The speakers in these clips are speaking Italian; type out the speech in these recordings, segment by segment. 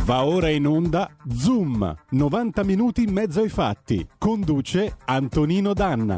Va ora in onda Zoom, 90 minuti in mezzo ai fatti. Conduce Antonino Danna.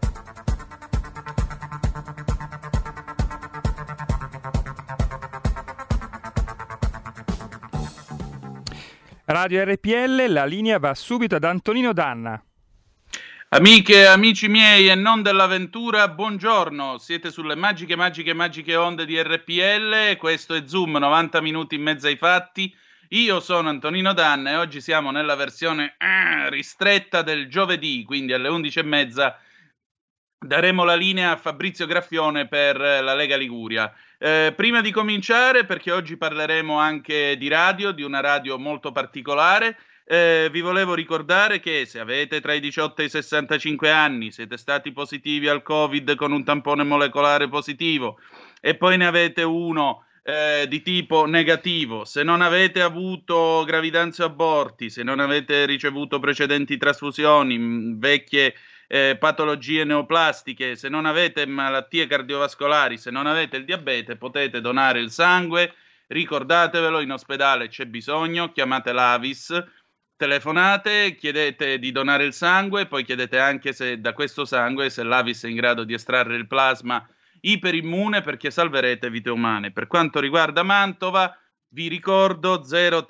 Radio RPL, la linea va subito ad Antonino Danna. Amiche e amici miei e non dell'avventura, buongiorno, siete sulle magiche onde di RPL, questo è Zoom, 90 minuti in mezzo ai fatti. Io sono Antonino Danna e oggi siamo nella versione ristretta del giovedì, quindi alle 11:30 daremo la linea a Fabrizio Graffione per la Lega Liguria. Prima di cominciare, perché oggi parleremo anche di radio, di una radio molto particolare, vi volevo ricordare che se avete tra i 18 e i 65 anni, siete stati positivi al Covid con un tampone molecolare positivo e poi ne avete uno di tipo negativo, se non avete avuto gravidanze o aborti, se non avete ricevuto precedenti trasfusioni, vecchie patologie neoplastiche, se non avete malattie cardiovascolari, se non avete il diabete, potete donare il sangue. Ricordatevelo, in ospedale c'è bisogno, chiamate l'Avis, telefonate, chiedete di donare il sangue, poi chiedete anche se da questo sangue, se l'Avis è in grado di estrarre il plasma iperimmune, perché salverete vite umane. Per quanto riguarda Mantova, vi ricordo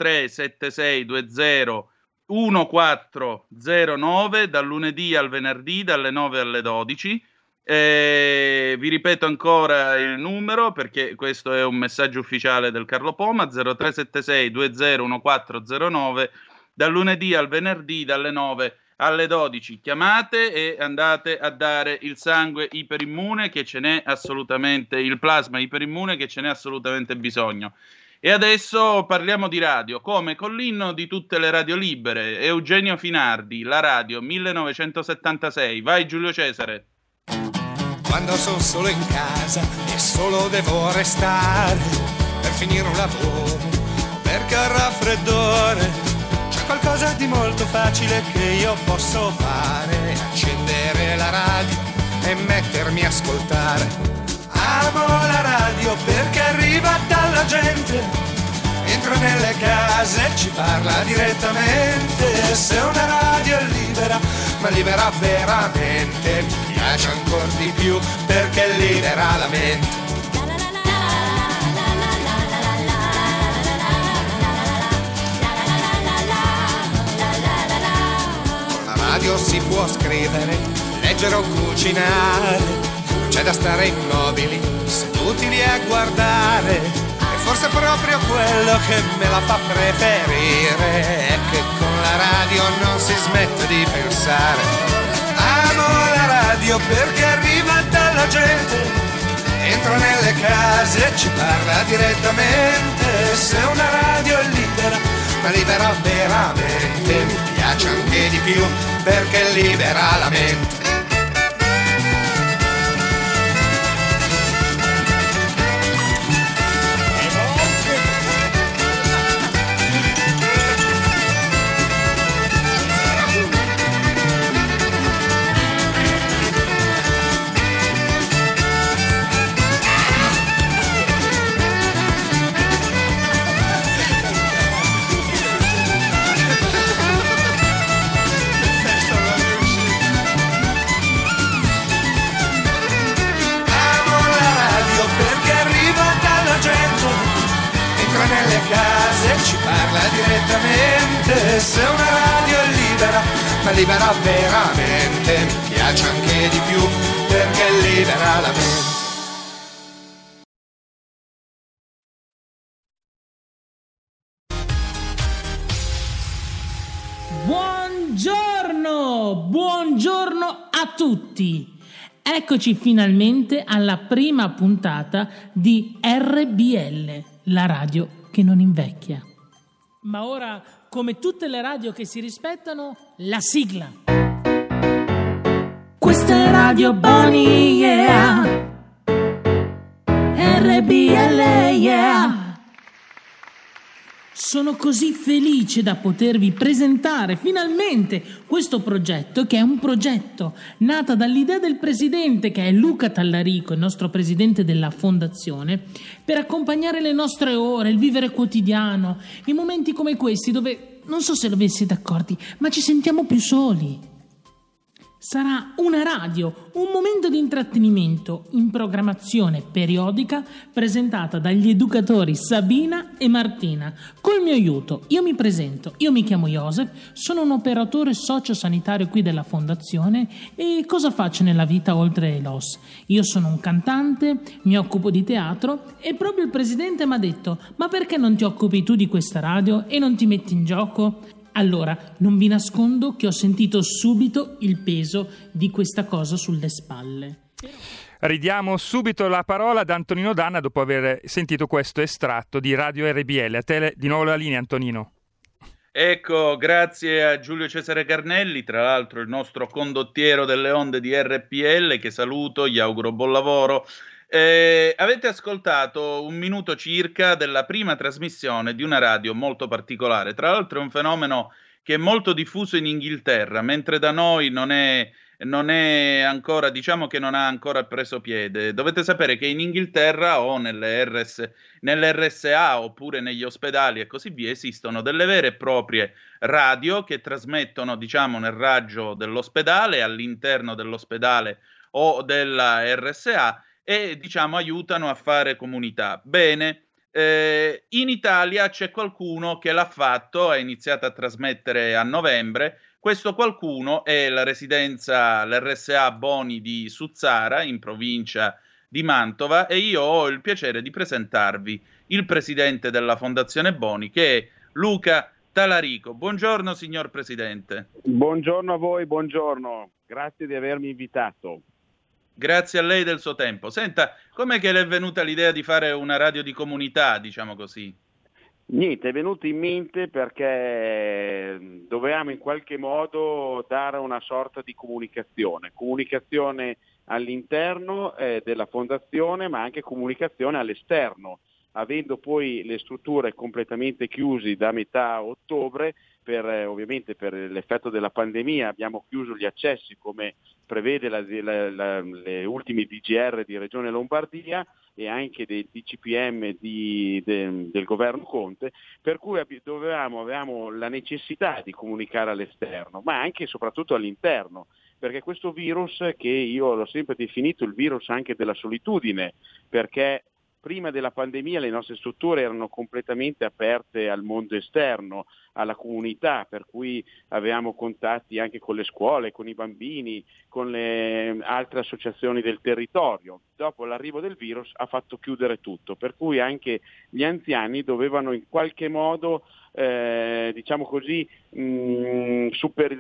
037620 1409 dal lunedì al venerdì dalle 9 alle 12. Vi ripeto ancora il numero perché questo è un messaggio ufficiale del Carlo Poma: 0376201409 dal lunedì al venerdì dalle 9 alle 12. Chiamate e andate a dare il sangue iperimmune, che ce n'è assolutamente, il plasma iperimmune, che ce n'è assolutamente bisogno. E adesso parliamo di radio, come con l'inno di tutte le radio libere, Eugenio Finardi, La Radio 1976. Vai Giulio Cesare. Quando sono solo in casa e solo devo restare per finire un lavoro, perché ho raffreddore, c'è qualcosa di molto facile che io posso fare: accendere la radio e mettermi a ascoltare. Amo la radio perché arriva dalla gente, entra nelle case e ci parla direttamente. Se una radio è libera, ma libera veramente, mi piace ancora di più perché libera la mente. Con la radio si può scrivere, leggere o cucinare, c'è da stare immobili, seduti lì a guardare. E forse proprio quello che me la fa preferire è che con la radio non si smette di pensare. Amo la radio perché arriva dalla gente, entra nelle case e ci parla direttamente. Se una radio è libera, ma libera veramente, mi piace anche di più perché libera la mente. Nelle case ci parla direttamente. Se una radio è libera, ma libera veramente, mi piace anche di più perché libera la mente. Buongiorno a tutti. Eccoci finalmente alla prima puntata di RBL, la radio che non invecchia. Ma ora, come tutte le radio che si rispettano, la sigla. Questa è Radio Boni, yeah. RBL, yeah. Sono così felice da potervi presentare finalmente questo progetto, che è un progetto nato dall'idea del presidente, che è Luca Tallarico, il nostro presidente della fondazione, per accompagnare le nostre ore, il vivere quotidiano, in momenti come questi dove, non so se lo vi siete accorti, ma ci sentiamo più soli. Sarà una radio, un momento di intrattenimento in programmazione periodica presentata dagli educatori Sabina e Martina. Col mio aiuto, io mi presento, io mi chiamo Joseph, sono un operatore sociosanitario qui della fondazione e cosa faccio nella vita oltre l'OS? Io sono un cantante, mi occupo di teatro e proprio il presidente mi ha detto: ma perché non ti occupi tu di questa radio e non ti metti in gioco? Allora, non vi nascondo che ho sentito subito il peso di questa cosa sulle spalle. Ridiamo subito la parola ad Antonino Danna dopo aver sentito questo estratto di Radio RBL. A te di nuovo la linea, Antonino. Ecco, grazie a Giulio Cesare Carnelli, tra l'altro il nostro condottiero delle onde di RPL, che saluto, gli auguro buon lavoro. Avete ascoltato un minuto circa della prima trasmissione di una radio molto particolare. Tra l'altro è un fenomeno che è molto diffuso in Inghilterra, mentre da noi non è ancora, diciamo che non ha ancora preso piede. Dovete sapere che in Inghilterra o nelle RSA oppure negli ospedali e così via esistono delle vere e proprie radio che trasmettono, diciamo, nel raggio dell'ospedale, all'interno dell'ospedale o della RSA, e diciamo aiutano a fare comunità. Bene, in Italia c'è qualcuno che l'ha fatto, ha iniziato a trasmettere a novembre. Questo qualcuno è l'RSA Boni di Suzzara, in provincia di Mantova, e io ho il piacere di presentarvi il presidente della Fondazione Boni, che è Luca Tallarico. Buongiorno signor Presidente. Buongiorno a voi, buongiorno, grazie di avermi invitato. Grazie a lei del suo tempo. Senta, com'è che le è venuta l'idea di fare una radio di comunità, diciamo così? Niente, è venuto in mente perché dovevamo in qualche modo dare una sorta di comunicazione all'interno della fondazione, ma anche comunicazione all'esterno. Avendo poi le strutture completamente chiuse da metà ottobre, ovviamente per l'effetto della pandemia abbiamo chiuso gli accessi come prevede le ultime DGR di Regione Lombardia e anche dei DCPM del governo Conte, per cui avevamo la necessità di comunicare all'esterno, ma anche e soprattutto all'interno, perché questo virus, che io l'ho sempre definito il virus anche della solitudine, perché prima della pandemia le nostre strutture erano completamente aperte al mondo esterno, alla comunità, per cui avevamo contatti anche con le scuole, con i bambini, con le altre associazioni del territorio. Dopo l'arrivo del virus ha fatto chiudere tutto, per cui anche gli anziani dovevano in qualche modo, diciamo così, in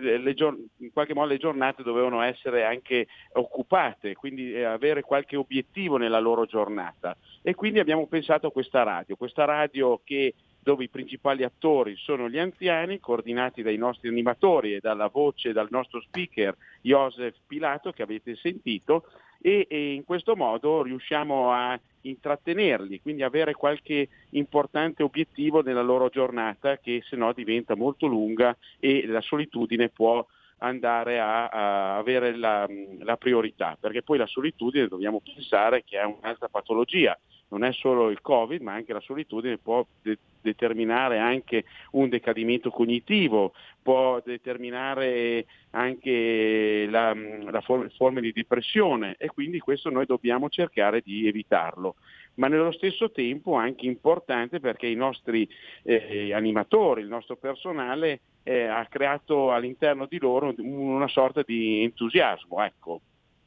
qualche modo le giornate dovevano essere anche occupate, quindi avere qualche obiettivo nella loro giornata. E quindi abbiamo pensato a questa radio dove i principali attori sono gli anziani, coordinati dai nostri animatori e dalla voce dal nostro speaker Joseph Pilato, che avete sentito, e in questo modo riusciamo a intrattenerli, quindi avere qualche importante obiettivo nella loro giornata, che se no diventa molto lunga e la solitudine può andare a avere la priorità, perché poi la solitudine dobbiamo pensare che è un'altra patologia. Non è solo il Covid, ma anche la solitudine può determinare anche un decadimento cognitivo, può determinare anche forme di depressione, e quindi questo noi dobbiamo cercare di evitarlo. Ma nello stesso tempo anche importante, perché i nostri animatori, il nostro personale ha creato all'interno di loro una sorta di entusiasmo, ecco.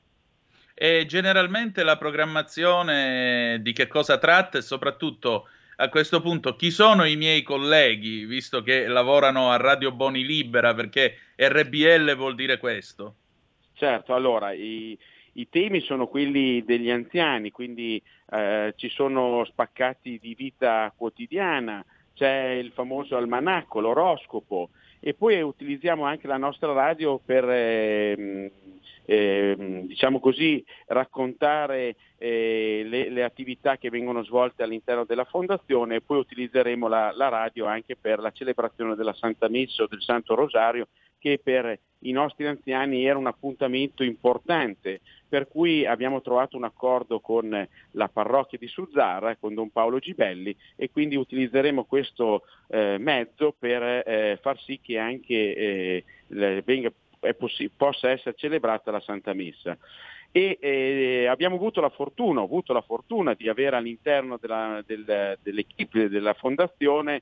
E generalmente la programmazione di che cosa tratta, e soprattutto a questo punto chi sono i miei colleghi, visto che lavorano a Radio Boni Libera, perché RBL vuol dire questo? Certo, allora i temi sono quelli degli anziani, quindi ci sono spaccati di vita quotidiana, c'è il famoso almanacco, l'oroscopo, e poi utilizziamo anche la nostra radio per diciamo così, raccontare le attività che vengono svolte all'interno della fondazione, e poi utilizzeremo la radio anche per la celebrazione della Santa Messa o del Santo Rosario, che per i nostri anziani era un appuntamento importante, per cui abbiamo trovato un accordo con la parrocchia di Suzzara, con Don Paolo Gibelli, e quindi utilizzeremo questo mezzo per far sì che anche possa essere celebrata la Santa Messa. E abbiamo avuto la fortuna di avere all'interno dell'equipe della fondazione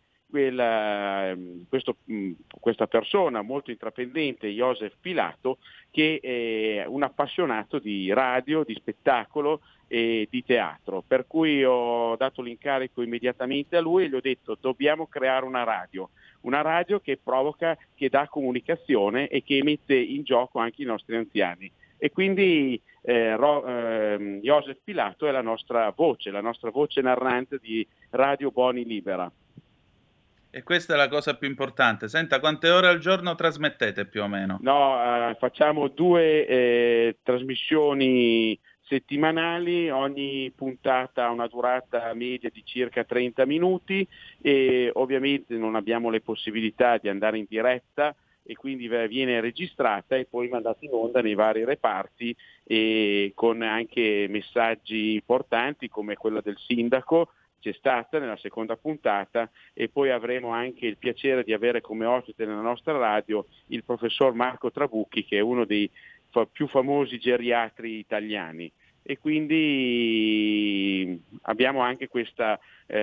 questa persona molto intraprendente, Joseph Pilato, che è un appassionato di radio, di spettacolo e di teatro, per cui ho dato l'incarico immediatamente a lui e gli ho detto: dobbiamo creare una radio che provoca, che dà comunicazione e che mette in gioco anche i nostri anziani. E quindi Joseph Pilato è la nostra voce narrante di Radio Boni Libera. E questa è la cosa più importante. Senta, quante ore al giorno trasmettete più o meno? No, facciamo 2 trasmissioni settimanali, ogni puntata ha una durata media di circa 30 minuti e ovviamente non abbiamo le possibilità di andare in diretta, e quindi viene registrata e poi mandata in onda nei vari reparti, e con anche messaggi importanti come quello del sindaco. C'è stata nella seconda puntata, e poi avremo anche il piacere di avere come ospite nella nostra radio il professor Marco Trabucchi, che è uno dei più famosi geriatri italiani, e quindi abbiamo anche queste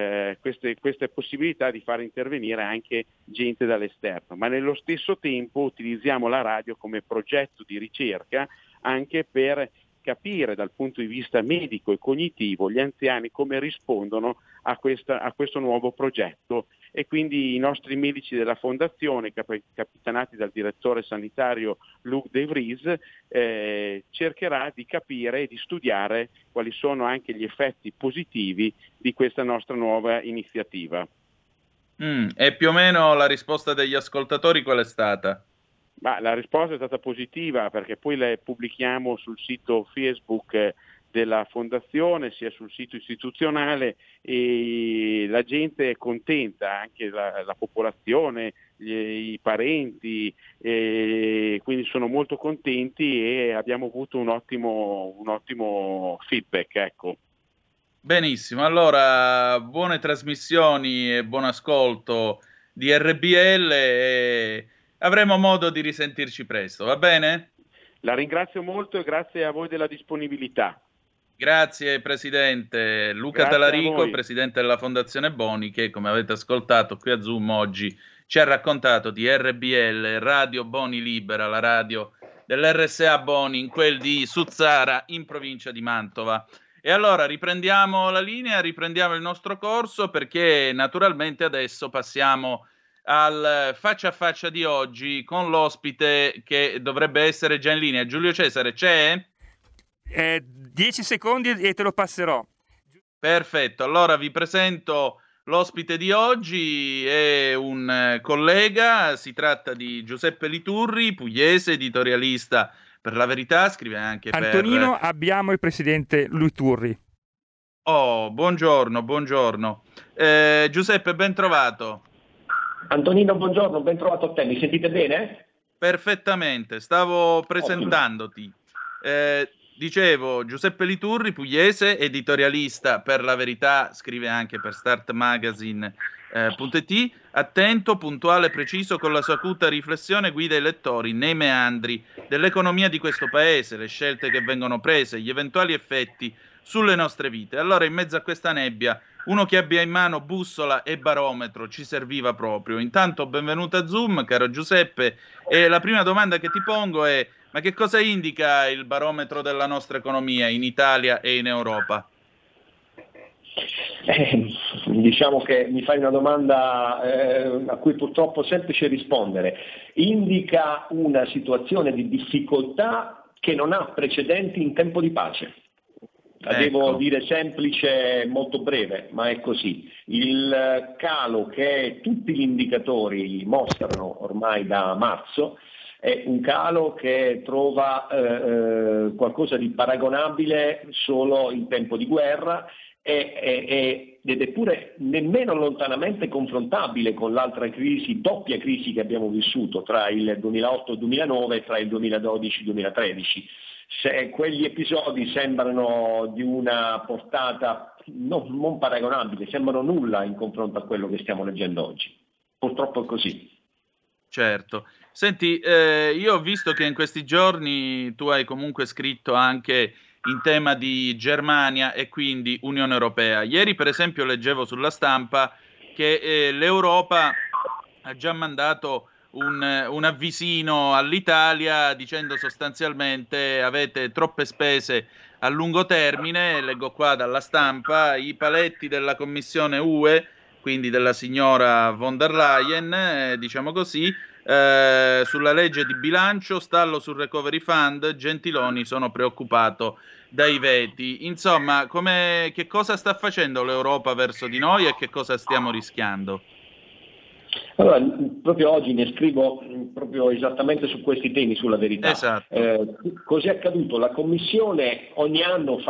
possibilità di far intervenire anche gente dall'esterno, ma nello stesso tempo utilizziamo la radio come progetto di ricerca anche per capire dal punto di vista medico e cognitivo gli anziani come rispondono a questo nuovo progetto, e quindi i nostri medici della fondazione, capitanati dal direttore sanitario Luc De Vries, cercherà di capire e di studiare quali sono anche gli effetti positivi di questa nostra nuova iniziativa. E più o meno la risposta degli ascoltatori qual è stata? Ma la risposta è stata positiva, perché poi le pubblichiamo sul sito Facebook della fondazione, sia sul sito istituzionale, e la gente è contenta, anche la popolazione, i parenti, quindi sono molto contenti e abbiamo avuto un ottimo feedback, ecco. Benissimo, allora buone trasmissioni e buon ascolto di RBL, e avremo modo di risentirci presto, va bene? La ringrazio molto e grazie a voi della disponibilità. Grazie Presidente. Luca Grazie Talarico, Presidente della Fondazione Boni, che come avete ascoltato qui a Zoom oggi ci ha raccontato di RBL, Radio Boni Libera, la radio dell'RSA Boni, in quel di Suzzara, in provincia di Mantova. E allora riprendiamo la linea, riprendiamo il nostro corso, perché naturalmente adesso passiamo al faccia a faccia di oggi con l'ospite che dovrebbe essere già in linea. Giulio Cesare, c'è? 10 secondi e te lo passerò. Perfetto, allora vi presento l'ospite di oggi, è un collega, si tratta di Giuseppe Liturri, pugliese, editorialista per La Verità, scrive anche Antonino, abbiamo il presidente Liturri. Oh, buongiorno. Giuseppe, ben trovato. Antonino, buongiorno, ben trovato a te, mi sentite bene? Perfettamente, stavo presentandoti. Dicevo, Giuseppe Liturri, pugliese, editorialista per La Verità, scrive anche per startmagazine.it, attento, puntuale, preciso, con la sua acuta riflessione guida i lettori nei meandri dell'economia di questo paese, le scelte che vengono prese, gli eventuali effetti sulle nostre vite. Allora, in mezzo a questa nebbia, uno che abbia in mano bussola e barometro ci serviva proprio. Intanto, benvenuto a Zoom, caro Giuseppe, e la prima domanda che ti pongo è: ma che cosa indica il barometro della nostra economia in Italia e in Europa? Diciamo che mi fai una domanda a cui purtroppo è semplice rispondere. Indica una situazione di difficoltà che non ha precedenti in tempo di pace. La devo dire semplice, molto breve, ma è così. Il calo che tutti gli indicatori mostrano ormai da marzo è un calo che trova qualcosa di paragonabile solo in tempo di guerra ed è pure nemmeno lontanamente confrontabile con l'altra crisi, doppia crisi che abbiamo vissuto tra il 2008 e il 2009 e tra il 2012 e il 2013. Se quegli episodi sembrano di una portata non paragonabile, sembrano nulla in confronto a quello che stiamo leggendo oggi. Purtroppo è così. Certo. Senti, io ho visto che in questi giorni tu hai comunque scritto anche in tema di Germania e quindi Unione Europea. Ieri, per esempio, leggevo sulla stampa che l'Europa ha già mandato un avvisino all'Italia dicendo sostanzialmente avete troppe spese a lungo termine. Leggo qua dalla stampa i paletti della Commissione UE, quindi della signora von der Leyen, diciamo così, sulla legge di bilancio, stallo sul recovery fund, Gentiloni sono preoccupato dai veti. Insomma, che cosa sta facendo l'Europa verso di noi e che cosa stiamo rischiando? Allora, proprio oggi ne scrivo proprio esattamente su questi temi, sulla verità. Esatto. Cos'è accaduto? La Commissione ogni anno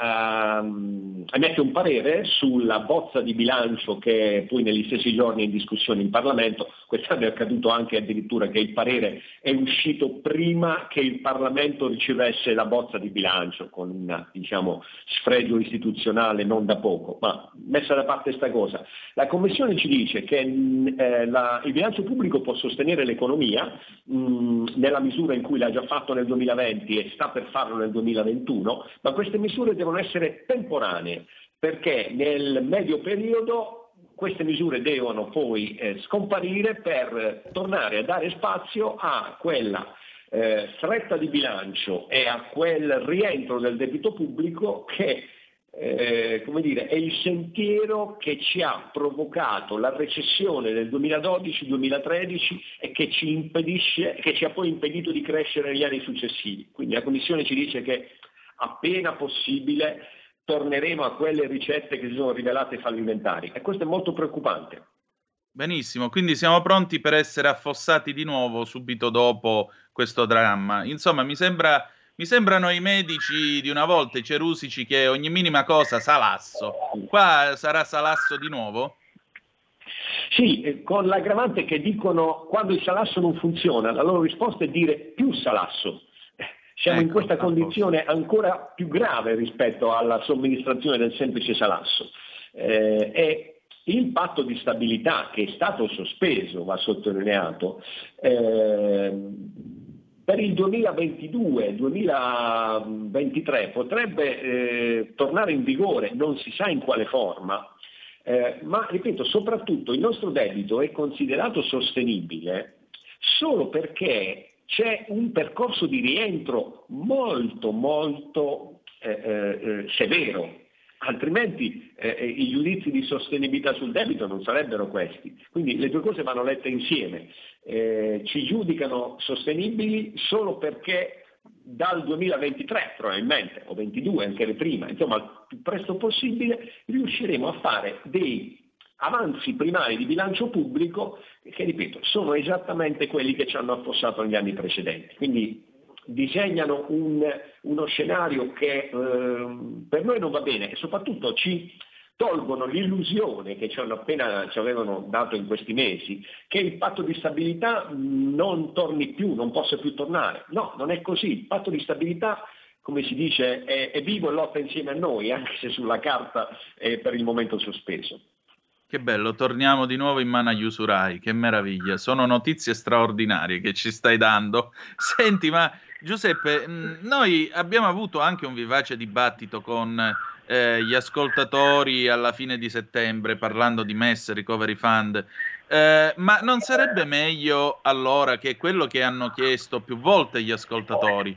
emette un parere sulla bozza di bilancio che poi negli stessi giorni è in discussione in Parlamento. Quest'anno è accaduto anche addirittura che il parere è uscito prima che il Parlamento ricevesse la bozza di bilancio, con un sfregio istituzionale non da poco. Ma messa da parte questa cosa, la Commissione ci dice che il bilancio pubblico può sostenere l'economia nella misura in cui l'ha già fatto nel 2020 e sta per farlo nel 2021, ma queste misure devono essere temporanee, perché nel medio periodo queste misure devono poi scomparire per tornare a dare spazio a quella stretta di bilancio e a quel rientro del debito pubblico che è il sentiero che ci ha provocato la recessione del 2012-2013 e che ci ha poi impedito di crescere negli anni successivi. Quindi la Commissione ci dice che appena possibile torneremo a quelle ricette che si sono rivelate fallimentari, e questo è molto preoccupante. Benissimo, quindi siamo pronti per essere affossati di nuovo subito dopo questo dramma. Insomma, mi sembrano i medici di una volta, i cerusici, che ogni minima cosa salasso. Qua sarà salasso di nuovo? Sì, con l'aggravante che dicono quando il salasso non funziona, la loro risposta è dire più salasso. Siamo in questa condizione ancora più grave rispetto alla somministrazione del semplice salasso. E il patto di stabilità, che è stato sospeso, va sottolineato, per il 2022-2023 potrebbe tornare in vigore, non si sa in quale forma, ma ripeto, soprattutto il nostro debito è considerato sostenibile solo perché c'è un percorso di rientro molto severo. Altrimenti i giudizi di sostenibilità sul debito non sarebbero questi. Quindi le due cose vanno lette insieme. Ci giudicano sostenibili solo perché dal 2023 probabilmente, o 22 anche prima, insomma il più presto possibile, riusciremo a fare dei avanzi primari di bilancio pubblico che, ripeto, sono esattamente quelli che ci hanno affossato negli anni precedenti. Quindi disegnano uno scenario che per noi non va bene e soprattutto ci tolgono l'illusione che ci avevano dato in questi mesi che il patto di stabilità non torni più, non possa più tornare. No, non è così. Il patto di stabilità, come si dice, è vivo e lotta insieme a noi, anche se sulla carta è per il momento sospeso. Che bello, torniamo di nuovo in mano agli usurai, che meraviglia, sono notizie straordinarie che ci stai dando. Senti, ma Giuseppe, noi abbiamo avuto anche un vivace dibattito con gli ascoltatori alla fine di settembre parlando di MES, Recovery Fund, ma non sarebbe meglio allora, che è quello che hanno chiesto più volte gli ascoltatori,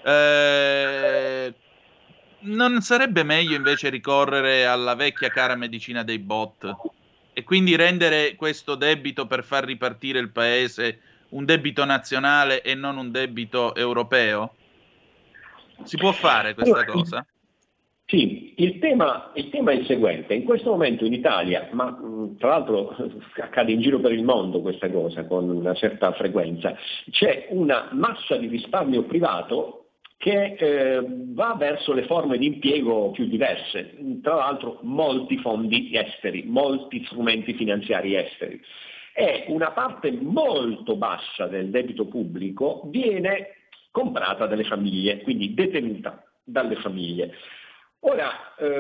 non sarebbe meglio invece ricorrere alla vecchia cara medicina dei bot e quindi rendere questo debito per far ripartire il paese un debito nazionale e non un debito europeo? Si può fare questa cosa? Sì, il tema è il seguente. In questo momento in Italia, ma tra l'altro accade in giro per il mondo questa cosa con una certa frequenza, c'è una massa di risparmio privato che va verso le forme di impiego più diverse, tra l'altro molti fondi esteri, molti strumenti finanziari esteri. E una parte molto bassa del debito pubblico viene comprata dalle famiglie, quindi detenuta dalle famiglie. Ora,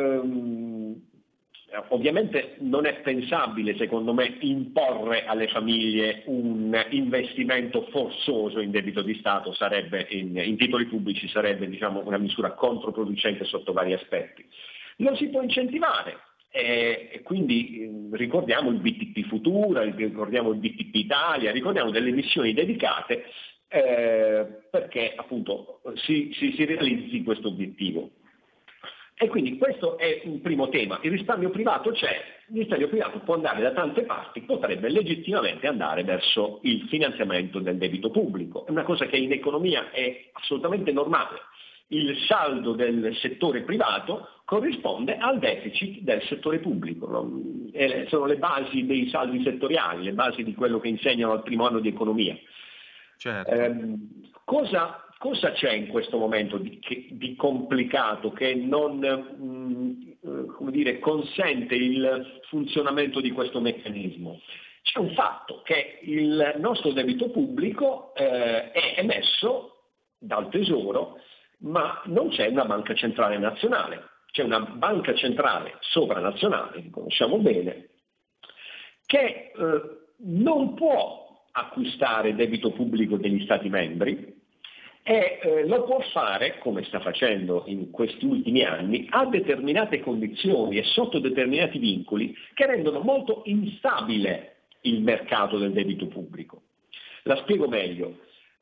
ovviamente non è pensabile, secondo me, imporre alle famiglie un investimento forzoso in debito di Stato, sarebbe in titoli pubblici sarebbe, diciamo, una misura controproducente sotto vari aspetti. Lo si può incentivare. E quindi ricordiamo il BTP Futura, ricordiamo il BTP Italia, ricordiamo delle missioni dedicate perché appunto si realizzi questo obiettivo. E quindi questo è un primo tema. Il risparmio privato c'è, il risparmio privato può andare da tante parti, potrebbe legittimamente andare verso il finanziamento del debito pubblico. È una cosa che in economia è assolutamente normale. Il saldo del settore privato corrisponde al deficit del settore pubblico. Sono le basi dei saldi settoriali, le basi di quello che insegnano al primo anno di economia. Certo. Cosa c'è in questo momento di complicato che non consente il funzionamento di questo meccanismo? C'è un fatto che il nostro debito pubblico è emesso dal Tesoro, ma non c'è una banca centrale nazionale, c'è una banca centrale sovranazionale, che conosciamo bene, che non può acquistare debito pubblico degli Stati membri e lo può fare, come sta facendo in questi ultimi anni, a determinate condizioni e sotto determinati vincoli che rendono molto instabile il mercato del debito pubblico. La spiego meglio.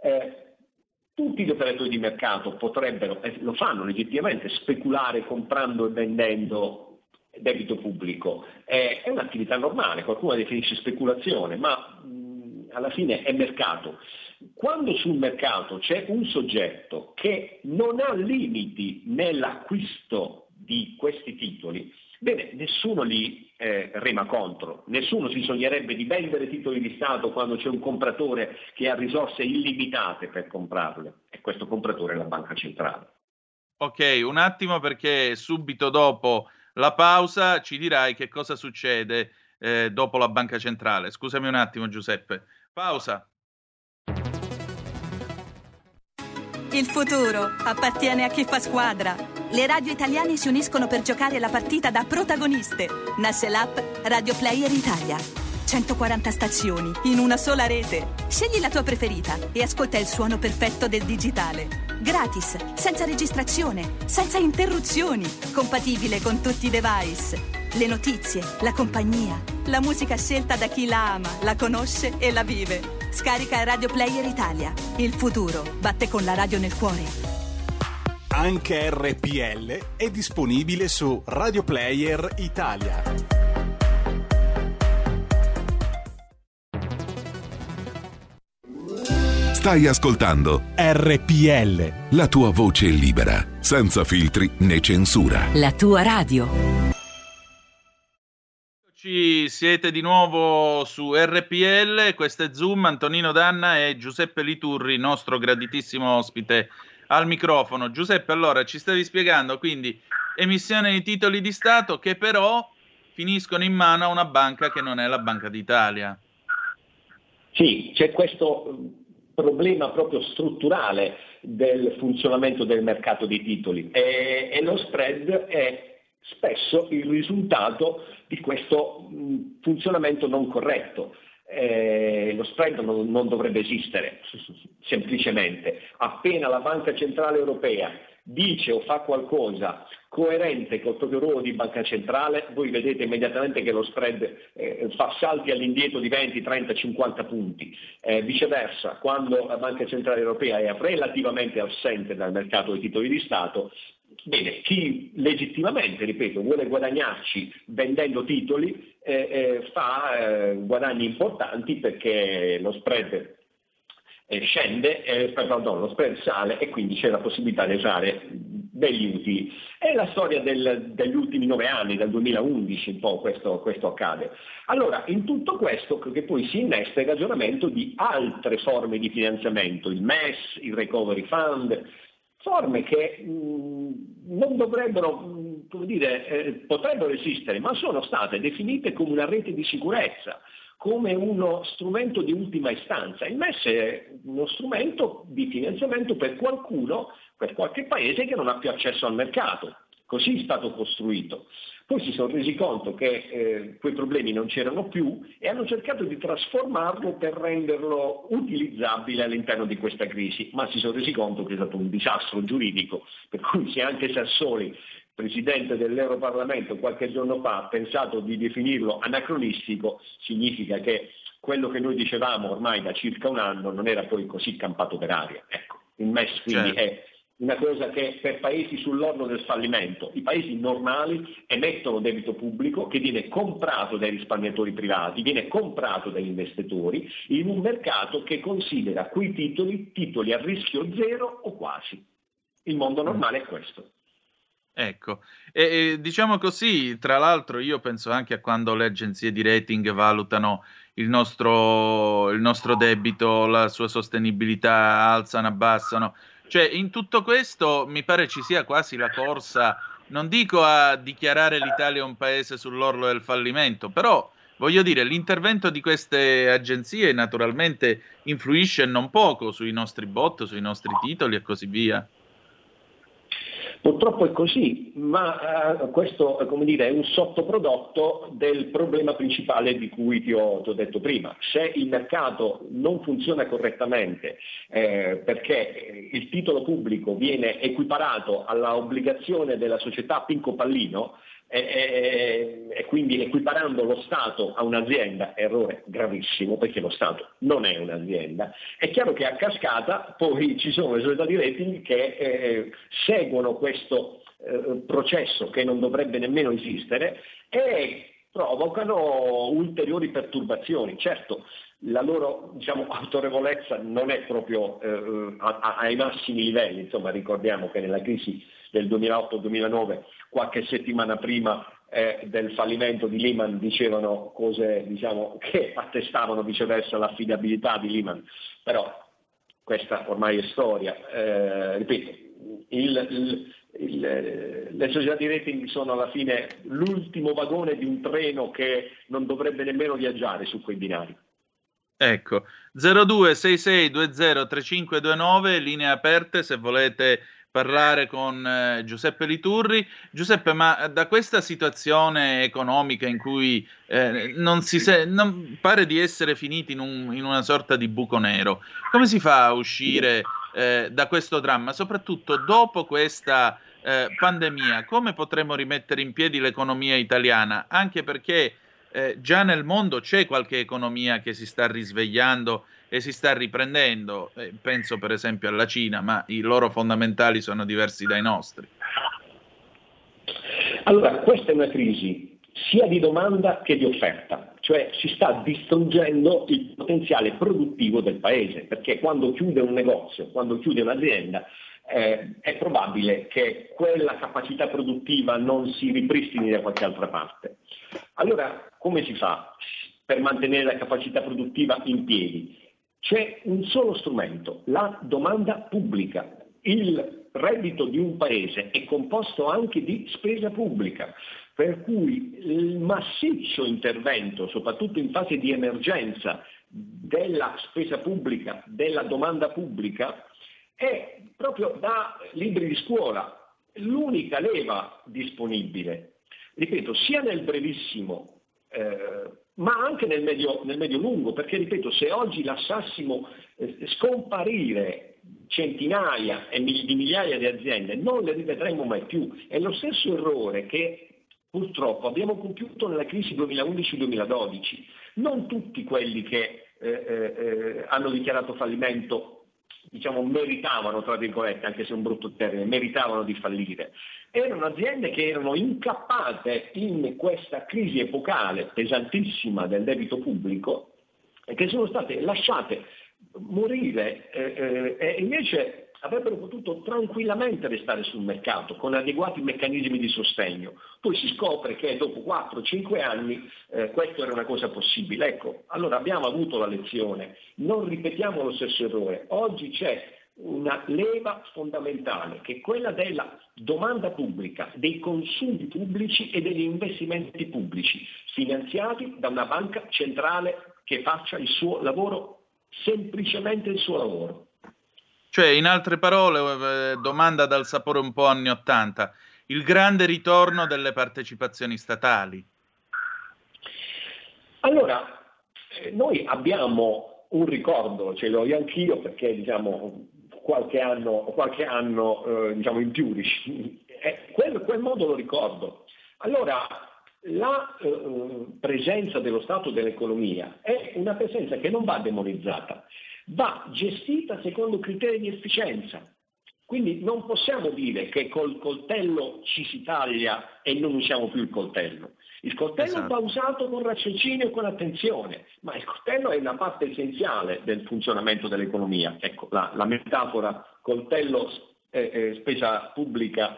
Tutti gli operatori di mercato potrebbero, e lo fanno legittimamente, speculare comprando e vendendo debito pubblico. È un'attività normale, qualcuno la definisce speculazione, ma alla fine è mercato. Quando sul mercato c'è un soggetto che non ha limiti nell'acquisto di questi titoli, bene, nessuno li rema contro, nessuno si sognerebbe di vendere titoli di Stato quando c'è un compratore che ha risorse illimitate per comprarle, e questo compratore è la banca centrale. Ok, un attimo, perché subito dopo la pausa ci dirai che cosa succede dopo la banca centrale. Scusami un attimo, Giuseppe. Pausa. Il futuro appartiene a chi fa squadra. Le radio italiane si uniscono per giocare la partita da protagoniste. Nasce l'app Radio Player Italia. 140 stazioni in una sola rete. Scegli la tua preferita e ascolta il suono perfetto del digitale. Gratis, senza registrazione, senza interruzioni. Compatibile con tutti i device. Le notizie, la compagnia, la musica scelta da chi la ama, la conosce e la vive. Scarica Radio Player Italia. Il futuro batte con la radio nel cuore. Anche RPL è disponibile su Radio Player Italia. Stai ascoltando RPL, la tua voce libera, senza filtri né censura. La tua radio. Siete di nuovo su RPL, questo è Zoom, Antonino Danna e Giuseppe Liturri, nostro graditissimo ospite al microfono. Giuseppe, allora ci stavi spiegando quindi emissione di titoli di Stato che però finiscono in mano a una banca che non è la Banca d'Italia. Sì, c'è questo problema proprio strutturale del funzionamento del mercato dei titoli e lo spread è spesso il risultato di questo funzionamento non corretto. Lo spread non dovrebbe esistere, semplicemente. Appena la Banca Centrale Europea dice o fa qualcosa coerente col proprio ruolo di banca centrale, voi vedete immediatamente che lo spread fa salti all'indietro di 20, 30, 50 punti. Viceversa, quando la Banca Centrale Europea è relativamente assente dal mercato dei titoli di Stato, bene, chi legittimamente, ripeto, vuole guadagnarci vendendo titoli fa guadagni importanti perché lo spread lo spread sale e quindi c'è la possibilità di degli utili. È la storia degli ultimi 9 anni, dal 2011 un po' questo accade. Allora, in tutto questo che poi si innesta il ragionamento di altre forme di finanziamento, il MES, il Recovery Fund, forme che non dovrebbero, potrebbero esistere, ma sono state definite come una rete di sicurezza, come uno strumento di ultima istanza. Il MES è uno strumento di finanziamento per qualcuno, per qualche paese che non ha più accesso al mercato. Così è stato costruito. Poi si sono resi conto che quei problemi non c'erano più e hanno cercato di trasformarlo per renderlo utilizzabile all'interno di questa crisi, ma si sono resi conto che è stato un disastro giuridico, per cui se anche Sassoli, Presidente dell'Europarlamento, qualche giorno fa ha pensato di definirlo anacronistico, significa che quello che noi dicevamo ormai da circa un anno non era poi così campato per aria. Ecco, il MES quindi è una cosa che per paesi sull'orlo del fallimento, i paesi normali emettono debito pubblico che viene comprato dai risparmiatori privati, viene comprato dagli investitori in un mercato che considera quei titoli a rischio zero o quasi. Il mondo normale è questo. Ecco, e diciamo così, tra l'altro io penso anche a quando le agenzie di rating valutano il nostro debito, la sua sostenibilità, alzano, abbassano. Cioè, in tutto questo mi pare ci sia quasi la corsa, non dico a dichiarare l'Italia un paese sull'orlo del fallimento, però voglio dire, l'intervento di queste agenzie naturalmente influisce non poco sui nostri bot, sui nostri titoli e così via. Purtroppo è così, ma questo è un sottoprodotto del problema principale di cui ti ho detto prima. Se il mercato non funziona correttamente perché il titolo pubblico viene equiparato alla obbligazione della società Pinco Pallino, e quindi equiparando lo Stato a un'azienda, errore gravissimo perché lo Stato non è un'azienda, è chiaro che a cascata poi ci sono le società di rating che seguono questo processo che non dovrebbe nemmeno esistere e provocano ulteriori perturbazioni. Certo, la loro autorevolezza non è proprio ai massimi livelli, insomma ricordiamo che nella crisi del 2008-2009, qualche settimana prima del fallimento di Lehman, dicevano cose che attestavano viceversa l'affidabilità di Lehman, però questa ormai è storia. Ripeto, le società di rating sono alla fine l'ultimo vagone di un treno che non dovrebbe nemmeno viaggiare su quei binari. Ecco, 0266203529, linee aperte se volete parlare con Giuseppe Liturri. Giuseppe, ma da questa situazione economica in cui non pare di essere finiti in una sorta di buco nero, come si fa a uscire da questo dramma, soprattutto dopo questa pandemia? Come potremo rimettere in piedi l'economia italiana? Anche perché già nel mondo c'è qualche economia che si sta risvegliando e si sta riprendendo, penso per esempio alla Cina, ma i loro fondamentali sono diversi dai nostri. Allora, questa è una crisi sia di domanda che di offerta, cioè si sta distruggendo il potenziale produttivo del paese, perché quando chiude un negozio, quando chiude un'azienda, è probabile che quella capacità produttiva non si ripristini da qualche altra parte. Allora, come si fa per mantenere la capacità produttiva in piedi? C'è un solo strumento, la domanda pubblica. Il reddito di un paese è composto anche di spesa pubblica, per cui il massiccio intervento, soprattutto in fase di emergenza, della spesa pubblica, della domanda pubblica, è proprio da libri di scuola, l'unica leva disponibile. Ripeto, sia nel brevissimo ma anche nel medio lungo, perché ripeto, se oggi lasciassimo scomparire centinaia di migliaia di aziende, non le rivedremo mai più. È lo stesso errore che purtroppo abbiamo compiuto nella crisi 2011-2012. Non tutti quelli che hanno dichiarato fallimento meritavano, tra virgolette, anche se è un brutto termine, meritavano di fallire. Erano aziende che erano incappate in questa crisi epocale pesantissima del debito pubblico e che sono state lasciate morire e invece avrebbero potuto tranquillamente restare sul mercato con adeguati meccanismi di sostegno. Poi si scopre che dopo 4-5 anni questo era una cosa possibile. Ecco, allora abbiamo avuto la lezione, non ripetiamo lo stesso errore. Oggi c'è una leva fondamentale che è quella della domanda pubblica, dei consumi pubblici e degli investimenti pubblici, finanziati da una banca centrale che faccia il suo lavoro, semplicemente il suo lavoro. Cioè, in altre parole, domanda dal sapore un po' anni '80, il grande ritorno delle partecipazioni statali. Allora, noi abbiamo un ricordo, ce l'ho io anch'io, perché diciamo qualche anno diciamo in più, quel modo lo ricordo. Allora, la presenza dello Stato dell'economia è una presenza che non va demonizzata, va gestita secondo criteri di efficienza. Quindi non possiamo dire che col coltello ci si taglia e non usiamo più il coltello. Il coltello va usato con raciocinio e con attenzione, ma il coltello è una parte essenziale del funzionamento dell'economia. Ecco, la metafora coltello spesa pubblica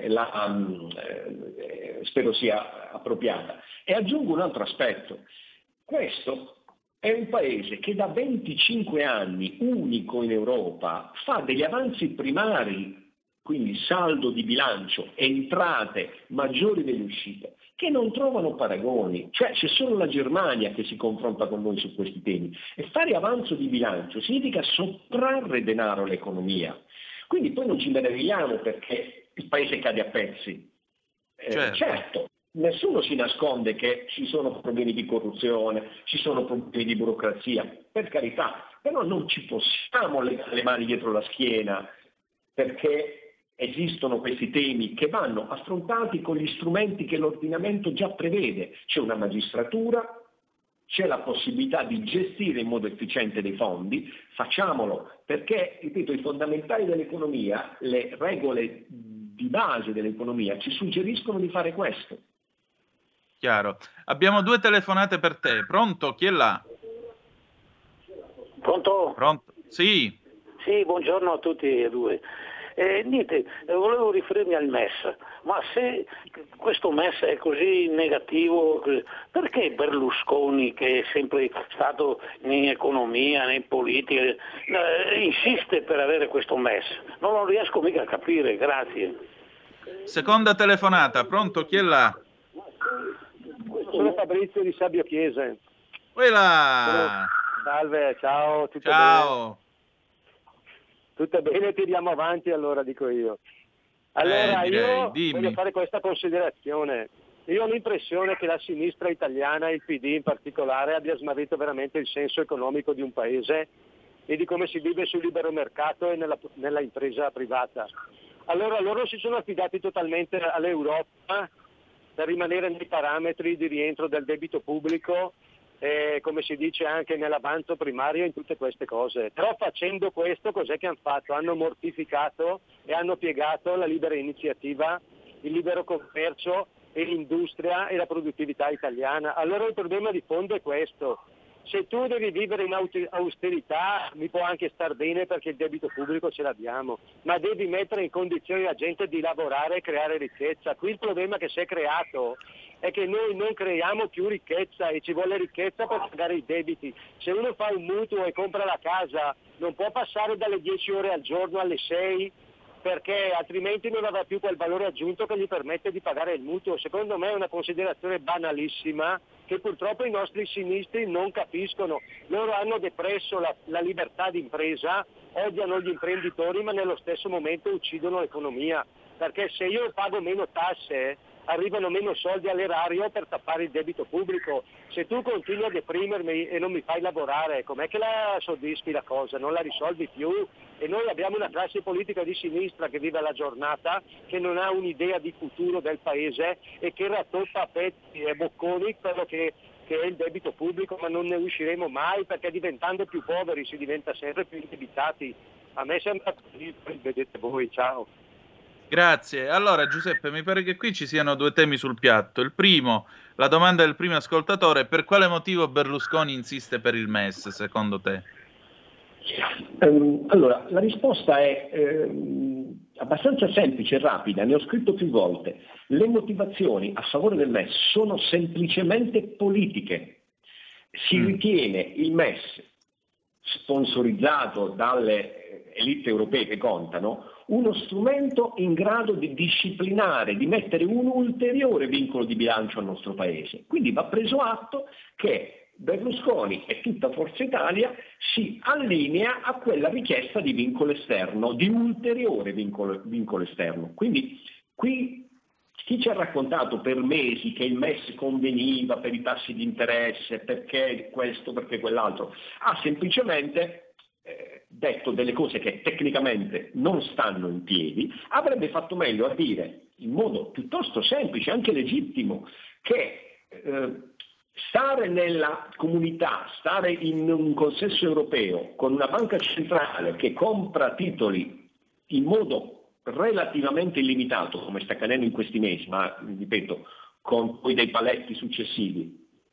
spero sia appropriata. E aggiungo un altro aspetto. Questo è un paese che da 25 anni, unico in Europa, fa degli avanzi primari, quindi saldo di bilancio, entrate maggiori delle uscite, che non trovano paragoni. Cioè c'è solo la Germania che si confronta con noi su questi temi. E fare avanzo di bilancio significa sottrarre denaro all'economia. Quindi poi non ci meravigliamo perché il paese cade a pezzi. Certo, nessuno si nasconde che ci sono problemi di corruzione, ci sono problemi di burocrazia, per carità, però non ci possiamo legare le mani dietro la schiena perché esistono questi temi che vanno affrontati con gli strumenti che l'ordinamento già prevede. C'è una magistratura, c'è la possibilità di gestire in modo efficiente dei fondi, facciamolo, perché, ripeto, i fondamentali dell'economia, le regole di base dell'economia ci suggeriscono di fare questo. Chiaro. Abbiamo 2 telefonate per te. Pronto? Chi è là? Pronto? Pronto? Sì. Sì, buongiorno a tutti e due. Niente, volevo riferirmi al MES, ma se questo MES è così negativo, perché Berlusconi, che è sempre stato in economia, in politica, insiste per avere questo MES? Non lo riesco mica a capire, grazie. Seconda telefonata, pronto? Chi è là? Sono Fabrizio di Sabbio Chiese. Quella! Salve, ciao, tutto ciao. Bene? Tutto bene, tiriamo avanti allora, dico io. Allora io voglio fare questa considerazione. Io ho l'impressione che la sinistra italiana, il PD in particolare, abbia smarrito veramente il senso economico di un paese e di come si vive sul libero mercato e nella impresa privata. Allora loro si sono affidati totalmente all'Europa per rimanere nei parametri di rientro del debito pubblico, come si dice anche nell'avanzo primario, in tutte queste cose. Però facendo questo cos'è che hanno fatto? Hanno mortificato e hanno piegato la libera iniziativa, il libero commercio e l'industria e la produttività italiana. Allora il problema di fondo è questo. Se tu devi vivere in austerità mi può anche star bene perché il debito pubblico ce l'abbiamo, ma devi mettere in condizione la gente di lavorare e creare ricchezza. Qui il problema che si è creato è che noi non creiamo più ricchezza e ci vuole ricchezza per pagare i debiti. Se uno fa un mutuo e compra la casa non può passare dalle 10 ore al giorno alle 6 perché altrimenti non avrà più quel valore aggiunto che gli permette di pagare il mutuo. Secondo me è una considerazione banalissima che purtroppo i nostri sinistri non capiscono. Loro hanno depresso la libertà di impresa, odiano gli imprenditori ma nello stesso momento uccidono l'economia, perché se io pago meno tasse arrivano meno soldi all'erario per tappare il debito pubblico. Se tu continui a deprimermi e non mi fai lavorare, com'è che la soddisfi la cosa? Non la risolvi più. E noi abbiamo una classe politica di sinistra che vive la giornata, che non ha un'idea di futuro del paese e che rattoppa a pezzi e bocconi quello che è il debito pubblico, ma non ne usciremo mai perché diventando più poveri si diventa sempre più indebitati. A me sembra così, vedete voi, ciao. Grazie. Allora Giuseppe, mi pare che qui ci siano 2 temi sul piatto. Il primo, la domanda del primo ascoltatore, per quale motivo Berlusconi insiste per il MES, secondo te? Allora, la risposta è abbastanza semplice e rapida, ne ho scritto più volte. Le motivazioni a favore del MES sono semplicemente politiche. Si ritiene il MES, sponsorizzato dalle elite europee che contano, uno strumento in grado di disciplinare, di mettere un ulteriore vincolo di bilancio al nostro Paese. Quindi va preso atto che Berlusconi e tutta Forza Italia si allinea a quella richiesta di vincolo esterno, di ulteriore vincolo esterno. Quindi qui chi ci ha raccontato per mesi che il MES conveniva per i tassi di interesse, perché questo, perché quell'altro, ha semplicemente detto delle cose che tecnicamente non stanno in piedi. Avrebbe fatto meglio a dire in modo piuttosto semplice, anche legittimo, che stare nella comunità, stare in un consesso europeo con una banca centrale che compra titoli in modo relativamente illimitato, come sta accadendo in questi mesi, ma ripeto, con poi dei paletti successivi,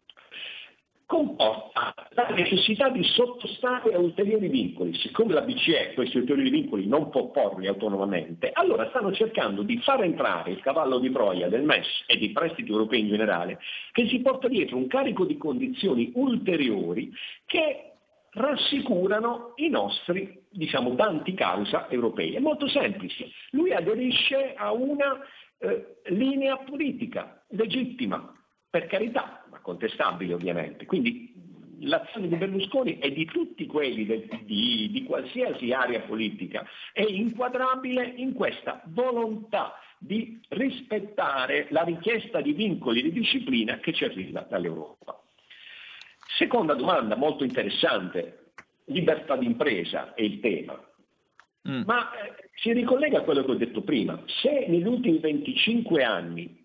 comporta la necessità di sottostare a ulteriori vincoli. Siccome la BCE questi ulteriori vincoli non può porli autonomamente, allora stanno cercando di far entrare il cavallo di Troia del MES e dei prestiti europei in generale, che si porta dietro un carico di condizioni ulteriori che rassicurano i nostri, danti causa europei. È molto semplice. Lui aderisce a una linea politica legittima, per carità, ma contestabile ovviamente. Quindi l'azione di Berlusconi e di tutti quelli di qualsiasi area politica è inquadrabile in questa volontà di rispettare la richiesta di vincoli di disciplina che ci arriva dall'Europa. Seconda domanda molto interessante, libertà d'impresa è il tema, ma si ricollega a quello che ho detto prima. Se negli ultimi 25 anni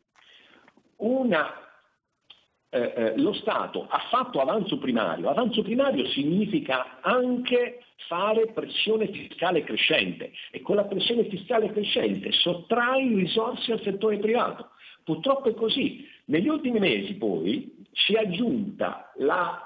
lo Stato ha fatto avanzo primario significa anche fare pressione fiscale crescente e con la pressione fiscale crescente sottrai risorse al settore privato. Purtroppo è così. Negli ultimi mesi poi si è aggiunta la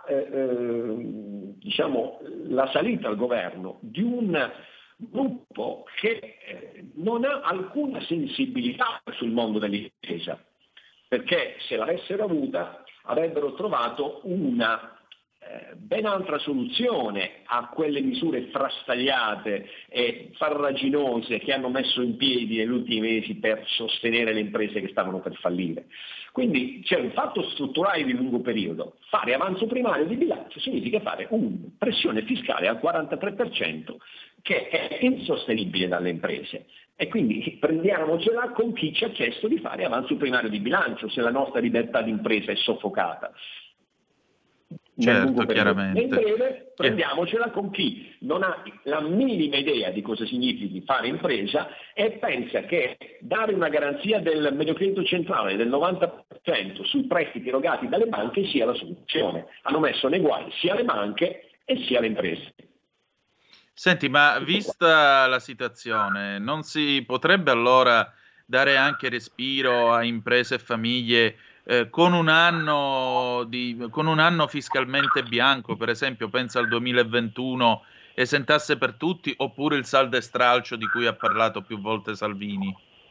salita al governo di un gruppo che non ha alcuna sensibilità sul mondo dell'impresa, perché se l'avessero avuta avrebbero trovato una ben altra soluzione a quelle misure frastagliate e farraginose che hanno messo in piedi negli ultimi mesi per sostenere le imprese che stavano per fallire. Quindi c'è un fatto strutturale di lungo periodo. Fare avanzo primario di bilancio significa fare una pressione fiscale al 43% che è insostenibile dalle imprese. E quindi prendiamocela con chi ci ha chiesto di fare avanzo primario di bilancio, se la nostra libertà d'impresa è soffocata. Certo, chiaramente. In breve, prendiamocela con chi non ha la minima idea di cosa significhi fare impresa e pensa che dare una garanzia del Mediocredito Centrale del 90% sui prestiti erogati dalle banche sia la soluzione. Hanno messo nei guai sia le banche e sia le imprese. Senti, ma vista la situazione, non si potrebbe allora dare anche respiro a imprese e famiglie con un anno fiscalmente bianco, per esempio penso al 2021, esentasse per tutti, oppure il saldo e stralcio di cui ha parlato più volte Salvini?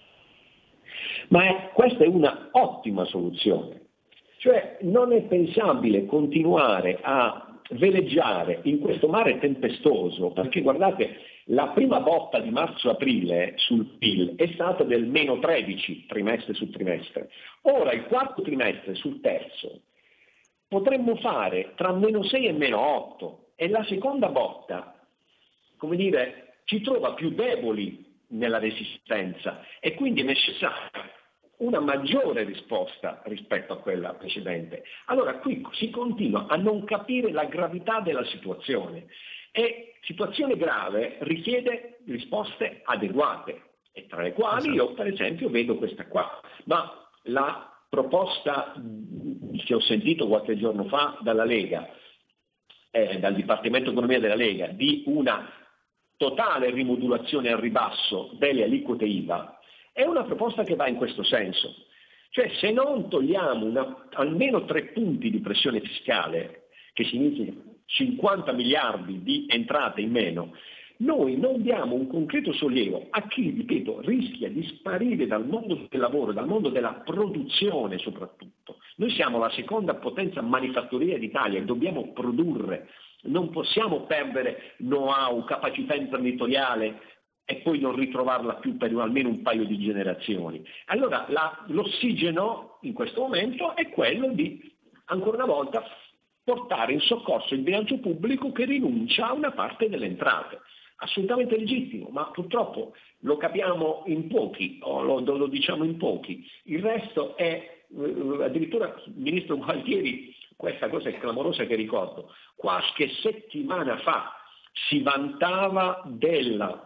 Ma questa è una ottima soluzione, cioè non è pensabile continuare a veleggiare in questo mare tempestoso, perché guardate, la prima botta di marzo-aprile sul PIL è stata del meno 13 trimestre su trimestre. Ora il quarto trimestre sul terzo potremmo fare tra meno 6 e meno 8 e la seconda botta, ci trova più deboli nella resistenza e quindi è necessaria una maggiore risposta rispetto a quella precedente. Allora qui si continua a non capire la gravità della situazione e situazione grave richiede risposte adeguate e tra le quali io per esempio vedo questa qua. Ma la proposta che ho sentito qualche giorno fa dalla Lega, dal Dipartimento Economia della Lega, di una totale rimodulazione al ribasso delle aliquote IVA, è una proposta che va in questo senso. Cioè se non togliamo almeno 3 punti di pressione fiscale, che significa 50 miliardi di entrate in meno, noi non diamo un concreto sollievo a chi, ripeto, rischia di sparire dal mondo del lavoro, dal mondo della produzione soprattutto. Noi siamo la seconda potenza manifatturiera d'Italia e dobbiamo produrre, non possiamo perdere know-how, capacità imprenditoriale e poi non ritrovarla più per almeno un paio di generazioni. Allora l'ossigeno in questo momento è quello di, ancora una volta, portare in soccorso il bilancio pubblico che rinuncia a una parte delle entrate. Assolutamente legittimo, ma purtroppo lo capiamo in pochi, o lo diciamo in pochi. Il resto è, addirittura il ministro Gualtieri, questa cosa è clamorosa che ricordo, qualche settimana fa si vantava del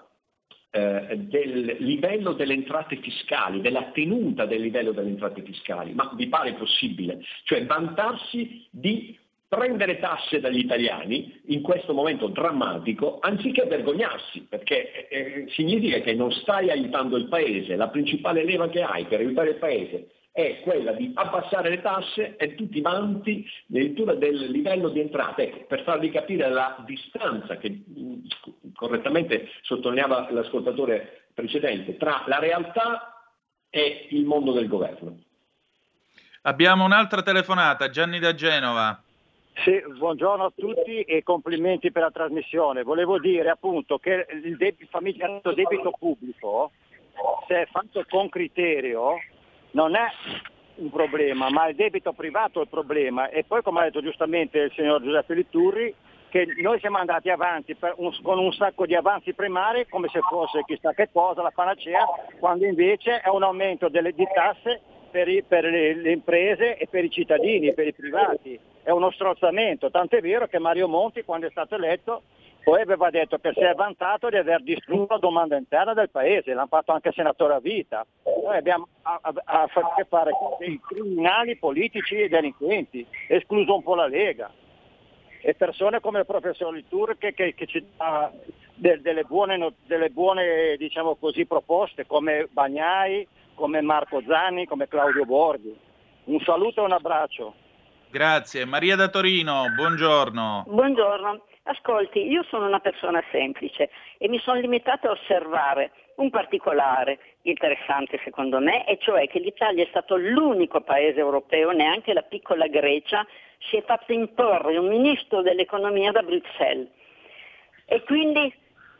livello delle entrate fiscali, della tenuta del livello delle entrate fiscali, ma vi pare possibile? Cioè vantarsi di prendere tasse dagli italiani in questo momento drammatico, anziché vergognarsi, perché significa che non stai aiutando il paese, la principale leva che hai per aiutare il paese è quella di abbassare le tasse e tutti vanti addirittura del livello di entrate. Ecco, per farvi capire la distanza che correttamente sottolineava l'ascoltatore precedente tra la realtà e il mondo del governo. Abbiamo un'altra telefonata, Gianni da Genova. Sì, buongiorno a tutti e complimenti per la trasmissione. Volevo dire appunto che il famigerato debito pubblico, se è fatto con criterio, non è un problema, ma il debito privato è il problema. E poi, come ha detto giustamente il signor Giuseppe Litturri, che noi siamo andati avanti con un sacco di avanzi primari come se fosse chissà che cosa, la panacea, quando invece è un aumento di tasse per le imprese e per i cittadini, per i privati. È uno strozzamento, tant'è vero che Mario Monti, quando è stato eletto, poi aveva detto che si è vantato di aver distrutto la domanda interna del paese, l'hanno fatto anche senatore a vita. Noi abbiamo a che fare con dei criminali politici e delinquenti, escluso un po' la Lega. E persone come il professor Littur che ci dà delle buone diciamo così, proposte, come Bagnai, come Marco Zanni, come Claudio Borghi. Un saluto e un abbraccio. Grazie. Maria da Torino, buongiorno. Buongiorno. Ascolti, io sono una persona semplice e mi sono limitata a osservare un particolare interessante secondo me, e cioè che l'Italia è stato l'unico paese europeo, neanche la piccola Grecia, si è fatto imporre un ministro dell'economia da Bruxelles. E quindi,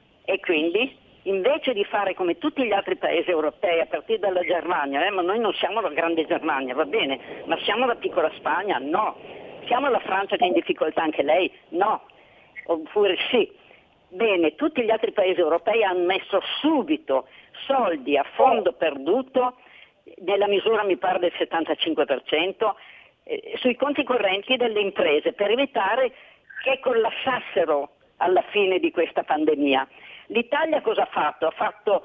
invece di fare come tutti gli altri paesi europei, a partire dalla Germania, ma noi non siamo la grande Germania, va bene, ma siamo la piccola Spagna? No. Siamo la Francia che è in difficoltà anche lei? No. Oppure sì. Bene, tutti gli altri paesi europei hanno messo subito soldi a fondo perduto, nella misura mi pare del 75%, sui conti correnti delle imprese, per evitare che collassassero alla fine di questa pandemia. L'Italia cosa ha fatto? Ha fatto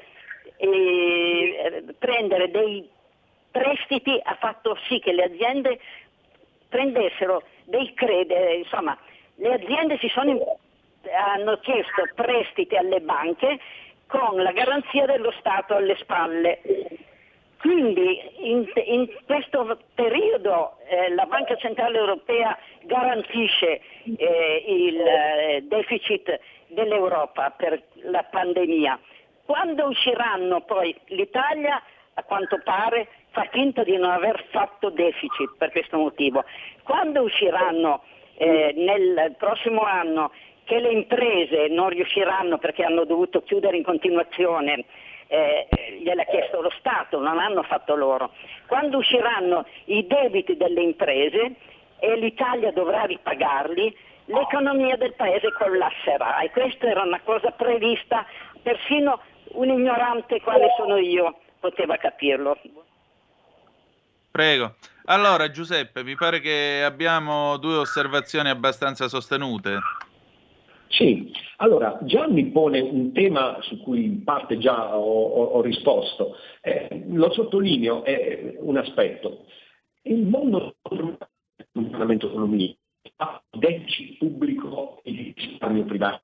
prendere dei prestiti, ha fatto sì che le aziende prendessero dei crediti, insomma, le aziende hanno chiesto prestiti alle banche con la garanzia dello Stato alle spalle. Quindi in questo periodo la Banca Centrale Europea garantisce il deficit dell'Europa per la pandemia. Quando usciranno poi l'Italia, a quanto pare, fa finta di non aver fatto deficit per questo motivo. Quando usciranno nel prossimo anno che le imprese non riusciranno perché hanno dovuto chiudere in continuazione, gliel'ha chiesto lo Stato, non hanno fatto loro. Quando usciranno i debiti delle imprese e l'Italia dovrà ripagarli, l'economia del paese collasserà, e questa era una cosa prevista, persino un ignorante quale sono io poteva capirlo. Prego. Allora Giuseppe, mi pare che abbiamo due osservazioni abbastanza sostenute. Sì, allora Gianni pone un tema su cui in parte già ho risposto, lo sottolineo, è un aspetto. Il mondo del funzionamento dell'economia ha deficit pubblico e di risparmio privato.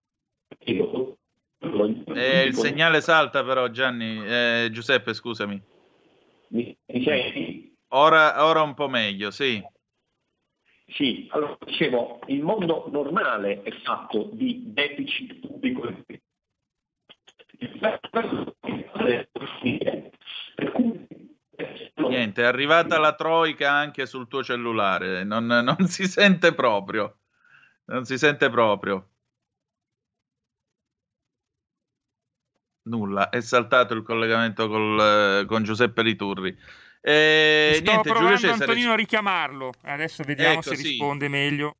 Il segnale salta però Gianni, Giuseppe scusami. Mi senti? Ora un po' meglio, sì. Sì, allora dicevo, il mondo normale è fatto di deficit pubblico. Niente, è arrivata la troika anche sul tuo cellulare, non si sente proprio, non si sente proprio. Nulla, è saltato il collegamento con Giuseppe Liturri. Sto Niente, provando, Giulio Cesare, Antonino, a richiamarlo. Adesso vediamo se risponde meglio.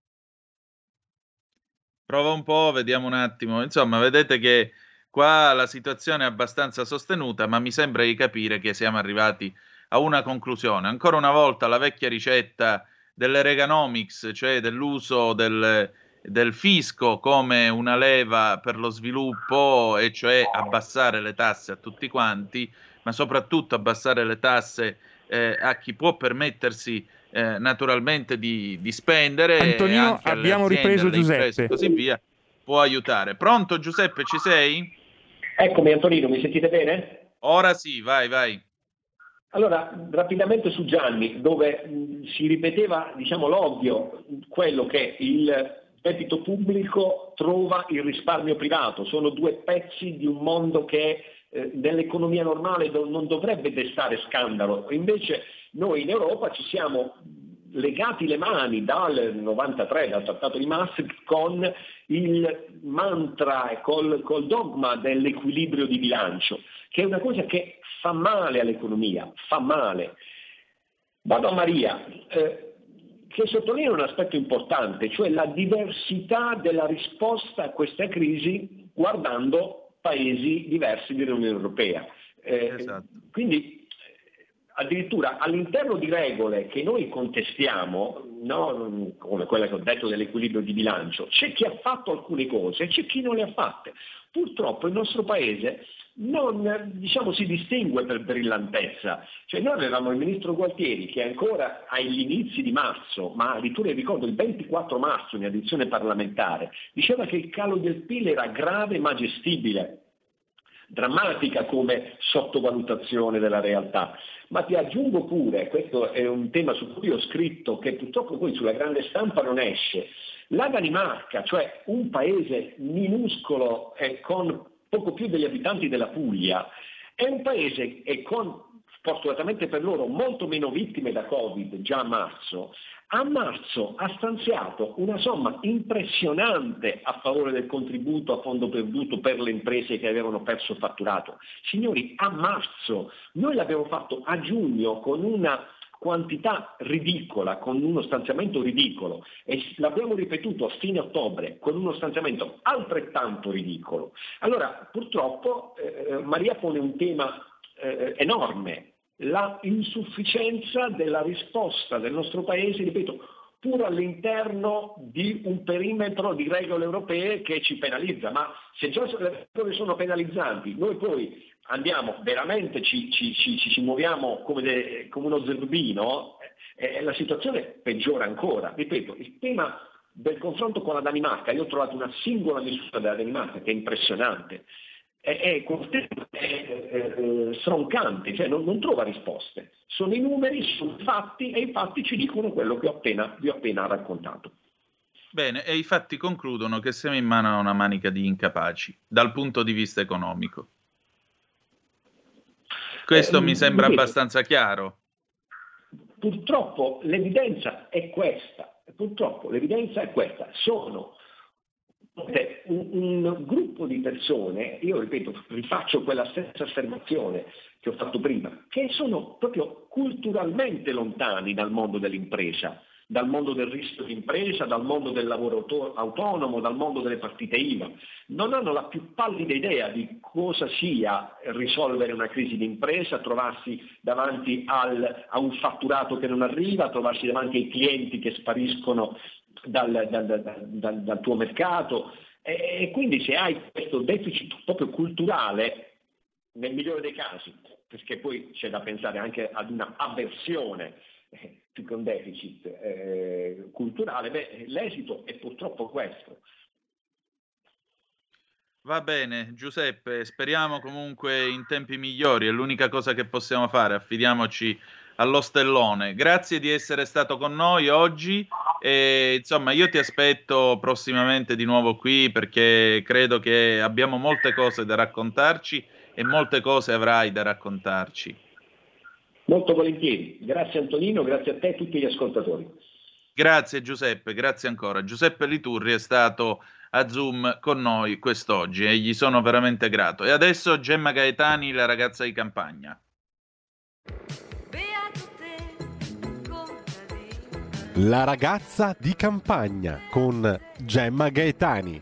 Prova un po', vediamo un attimo. Insomma, vedete che qua la situazione è abbastanza sostenuta, ma mi sembra di capire che siamo arrivati a una conclusione. Ancora una volta la vecchia ricetta delle Reaganomics, cioè dell'uso del fisco come una leva per lo sviluppo, e cioè abbassare le tasse a tutti quanti, ma soprattutto abbassare le tasse a chi può permettersi naturalmente di spendere. Antonino, anche abbiamo alle aziende, ripreso alle imprese Giuseppe. e così via, può aiutare. Pronto Giuseppe, ci sei? Eccomi Antonino, mi sentite bene? Ora sì, vai. Allora, rapidamente su Gianni, dove si ripeteva, diciamo, l'ovvio, quello che il debito pubblico trova il risparmio privato. Sono due pezzi di un mondo che nell'economia normale non dovrebbe destare scandalo. Invece noi in Europa ci siamo legati le mani dal 93, dal Trattato di Maastricht, con il mantra e col dogma dell'equilibrio di bilancio, che è una cosa che fa male all'economia, fa male. Vado a Maria, che sottolinea un aspetto importante, cioè la diversità della risposta a questa crisi guardando paesi diversi dell'Unione Europea. Esatto. Quindi addirittura all'interno di regole che noi contestiamo, no, come quella che ho detto dell'equilibrio di bilancio, c'è chi ha fatto alcune cose e c'è chi non le ha fatte. Purtroppo il nostro paese non, diciamo, si distingue per brillantezza. Cioè noi avevamo il ministro Gualtieri che ancora agli inizi di marzo, ma addirittura ricordo il 24 marzo in audizione parlamentare, diceva che il calo del PIL era grave ma gestibile. Drammatica come sottovalutazione della realtà. Ma ti aggiungo pure, questo è un tema su cui ho scritto, che purtroppo poi sulla grande stampa non esce, la Danimarca, cioè un paese minuscolo e con poco più degli abitanti della Puglia, è un paese e con, fortunatamente per loro, molto meno vittime da Covid già a marzo ha stanziato una somma impressionante a favore del contributo a fondo perduto per le imprese che avevano perso fatturato. Signori, a marzo, noi l'abbiamo fatto a giugno con una quantità ridicola, con uno stanziamento ridicolo, e l'abbiamo ripetuto a fine ottobre con uno stanziamento altrettanto ridicolo. Allora, purtroppo Maria pone un tema enorme, la insufficienza della risposta del nostro Paese, ripeto, pur all'interno di un perimetro di regole europee che ci penalizza, ma se già le regole sono penalizzanti, noi poi andiamo veramente, ci muoviamo come uno zerbino, la situazione peggiora ancora. Ripeto, il tema del confronto con la Danimarca, io ho trovato una singola misura della Danimarca che è impressionante, è stroncante, cioè non trova risposte. Sono i numeri, sono i fatti, e i fatti ci dicono quello che vi ho appena raccontato. Bene, e i fatti concludono che siamo in mano a una manica di incapaci, dal punto di vista economico. Questo mi sembra abbastanza chiaro. Purtroppo l'evidenza è questa. Sono un gruppo di persone, io ripeto, rifaccio quella stessa affermazione che ho fatto prima, che sono proprio culturalmente lontani dal mondo dell'impresa, dal mondo del rischio d'impresa, dal mondo del lavoro autonomo, dal mondo delle partite IVA. Non hanno la più pallida idea di cosa sia risolvere una crisi d'impresa, trovarsi davanti a un fatturato che non arriva, trovarsi davanti ai clienti che spariscono dal tuo mercato, e quindi se hai questo deficit proprio culturale, nel migliore dei casi, perché poi c'è da pensare anche ad una avversione più che un deficit culturale, l'esito è purtroppo questo. Va bene, Giuseppe, speriamo comunque in tempi migliori, è l'unica cosa che possiamo fare, affidiamoci all'Ostellone. Grazie di essere stato con noi oggi e insomma io ti aspetto prossimamente di nuovo qui, perché credo che abbiamo molte cose da raccontarci e molte cose avrai da raccontarci. Molto volentieri. Grazie Antonino, grazie a te e a tutti gli ascoltatori. Grazie Giuseppe, grazie ancora. Giuseppe Liturri è stato a Zoom con noi quest'oggi e gli sono veramente grato. E adesso Gemma Gaetani, la ragazza di campagna. La ragazza di campagna con Gemma Gaetani.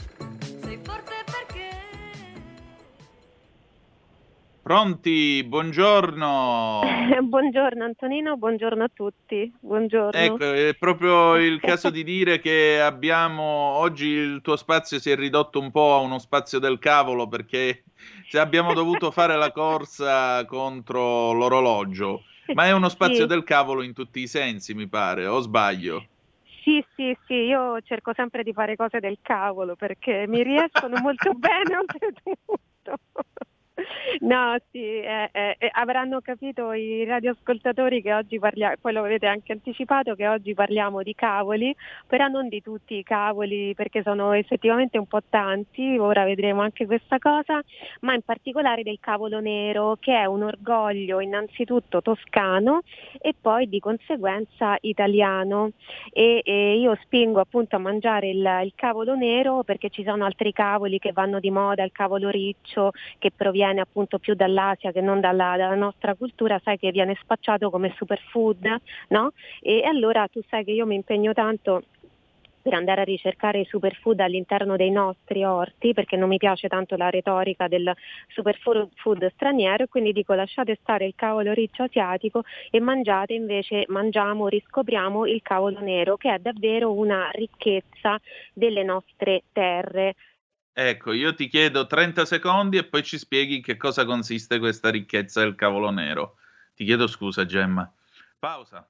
Pronti? Buongiorno. Buongiorno Antonino, buongiorno a tutti. Buongiorno. Ecco, è proprio il caso di dire che oggi il tuo spazio si è ridotto un po' a uno spazio del cavolo, perché abbiamo dovuto fare la corsa contro l'orologio. Ma è uno spazio del cavolo in tutti i sensi, mi pare, o sbaglio? Sì, io cerco sempre di fare cose del cavolo perché mi riescono molto bene oltretutto. No, sì, avranno capito i radioascoltatori che oggi parliamo, poi lo avete anche anticipato, che oggi parliamo di cavoli, però non di tutti i cavoli perché sono effettivamente un po' tanti, ora vedremo anche questa cosa, ma in particolare del cavolo nero, che è un orgoglio innanzitutto toscano e poi di conseguenza italiano, e io spingo appunto a mangiare il cavolo nero perché ci sono altri cavoli che vanno di moda, il cavolo riccio che proviene appunto più dall'Asia che non dalla nostra cultura, sai che viene spacciato come superfood, no? E allora tu sai che io mi impegno tanto per andare a ricercare i superfood all'interno dei nostri orti, perché non mi piace tanto la retorica del superfood straniero, quindi dico lasciate stare il cavolo riccio asiatico e riscopriamo il cavolo nero, che è davvero una ricchezza delle nostre terre. Ecco, io ti chiedo 30 secondi e poi ci spieghi che cosa consiste questa ricchezza del cavolo nero. Ti chiedo scusa, Gemma. Pausa.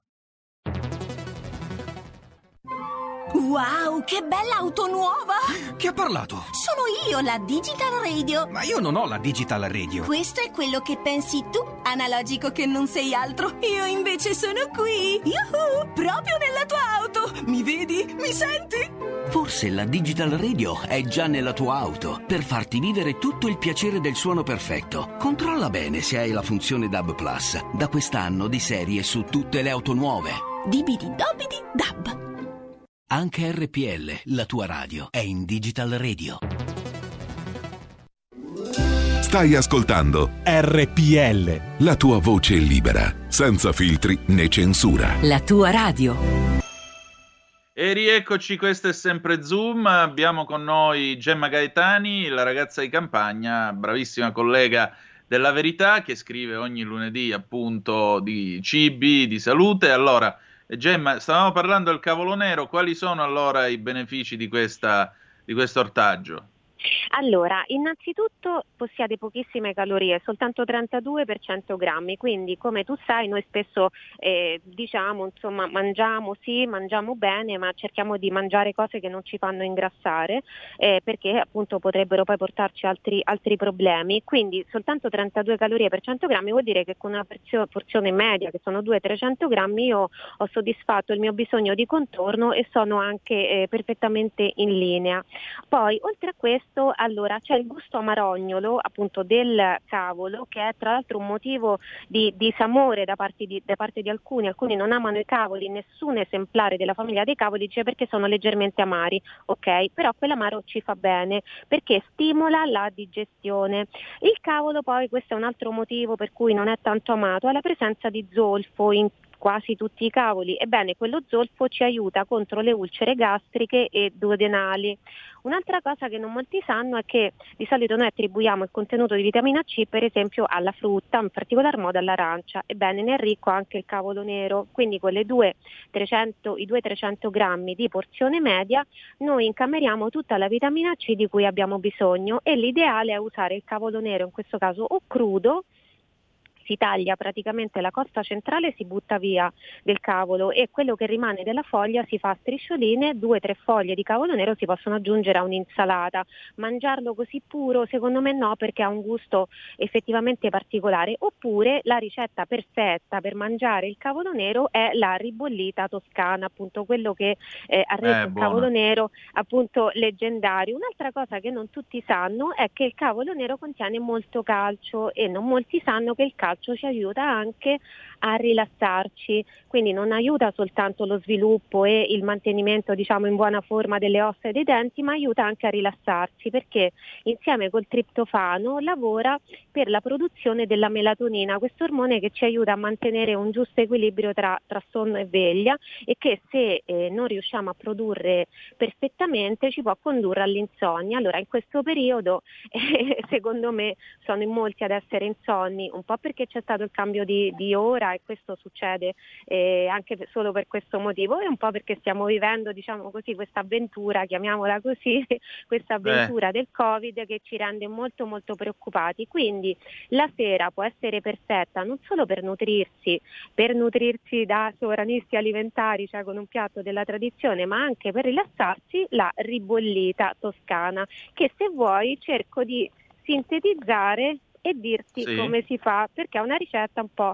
Wow, che bella auto nuova! Chi ha parlato? Sono io, la Digital Radio. Ma io non ho la Digital Radio. Questo è quello che pensi tu, analogico che non sei altro. Io invece sono qui, proprio nella tua auto. Mi vedi? Mi senti? Forse la Digital Radio è già nella tua auto per farti vivere tutto il piacere del suono perfetto. Controlla bene se hai la funzione DAB+, da quest'anno di serie su tutte le auto nuove. Dibidi dobidi dab. Anche RPL, la tua radio, è in Digital Radio. Stai ascoltando RPL, la tua voce libera, senza filtri né censura. La tua radio. E rieccoci, questo è sempre Zoom, abbiamo con noi Gemma Gaetani, la ragazza di campagna, bravissima collega della Verità, che scrive ogni lunedì appunto di cibi, di salute. Allora, Gemma, stavamo parlando del cavolo nero, quali sono allora i benefici di questo ortaggio? Allora, innanzitutto possiede pochissime calorie, soltanto 32 per 100 grammi, quindi come tu sai noi spesso diciamo, insomma, mangiamo bene, ma cerchiamo di mangiare cose che non ci fanno ingrassare, perché appunto potrebbero poi portarci altri problemi, quindi soltanto 32 calorie per 100 grammi vuol dire che con una porzione media, che sono 200-300 grammi, io ho soddisfatto il mio bisogno di contorno e sono anche perfettamente in linea. Poi, oltre a questo, allora c'è il gusto amarognolo appunto del cavolo, che è tra l'altro un motivo di disamore da parte di alcuni non amano i cavoli, nessun esemplare della famiglia dei cavoli dice perché sono leggermente amari, ok? Però quell'amaro ci fa bene perché stimola la digestione. Il cavolo poi, questo è un altro motivo per cui non è tanto amato, è la presenza di zolfo in quasi tutti i cavoli. Ebbene, quello zolfo ci aiuta contro le ulcere gastriche e duodenali. Un'altra cosa che non molti sanno è che di solito noi attribuiamo il contenuto di vitamina C per esempio alla frutta, in particolar modo all'arancia. Ebbene, ne è ricco anche il cavolo nero, quindi con i 200-300 grammi di porzione media noi incameriamo tutta la vitamina C di cui abbiamo bisogno, e l'ideale è usare il cavolo nero in questo caso o crudo, si taglia praticamente la costa centrale, si butta via del cavolo e quello che rimane della foglia si fa a striscioline, 2-3 foglie di cavolo nero si possono aggiungere a un'insalata. Mangiarlo così puro secondo me no, perché ha un gusto effettivamente particolare. Oppure la ricetta perfetta per mangiare il cavolo nero è la ribollita toscana, appunto quello che ha reso il cavolo nero appunto leggendario. Un'altra cosa che non tutti sanno è che il cavolo nero contiene molto calcio e non molti sanno che il calcio ci aiuta anche a rilassarci, quindi non aiuta soltanto lo sviluppo e il mantenimento, diciamo, in buona forma delle ossa e dei denti, ma aiuta anche a rilassarsi, perché insieme col triptofano lavora per la produzione della melatonina, questo ormone che ci aiuta a mantenere un giusto equilibrio tra sonno e veglia e che se non riusciamo a produrre perfettamente ci può condurre all'insonnia. Allora in questo periodo secondo me sono in molti ad essere insonni, un po' perché c'è stato il cambio di ora e questo succede anche solo per questo motivo, e un po' perché stiamo vivendo, diciamo così, questa avventura, chiamiamola così, questa avventura del Covid che ci rende molto molto preoccupati. Quindi la sera può essere perfetta non solo per nutrirsi da sovranisti alimentari, cioè con un piatto della tradizione, ma anche per rilassarsi, la ribollita toscana, che se vuoi cerco di sintetizzare e dirti come si fa, perché è una ricetta un po'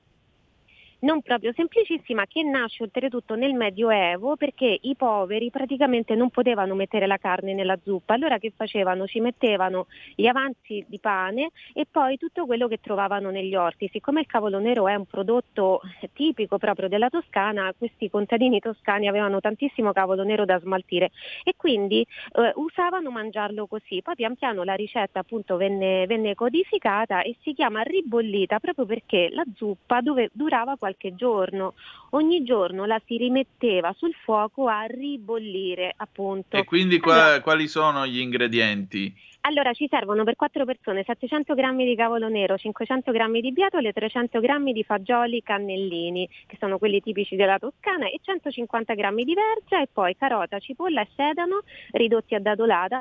non proprio semplicissima, che nasce oltretutto nel Medioevo, perché i poveri praticamente non potevano mettere la carne nella zuppa. Allora che facevano? Ci mettevano gli avanzi di pane e poi tutto quello che trovavano negli orti. Siccome il cavolo nero è un prodotto tipico proprio della Toscana, questi contadini toscani avevano tantissimo cavolo nero da smaltire e quindi usavano mangiarlo così. Poi pian piano la ricetta appunto venne codificata e si chiama ribollita proprio perché la zuppa durava qualche giorno, ogni giorno la si rimetteva sul fuoco a ribollire, appunto. E quindi quali sono gli ingredienti? Allora ci servono per 4 persone 700 grammi di cavolo nero, 500 grammi di bietole, 300 grammi di fagioli cannellini, che sono quelli tipici della Toscana, e 150 grammi di verza, e poi carota, cipolla e sedano ridotti a dadolata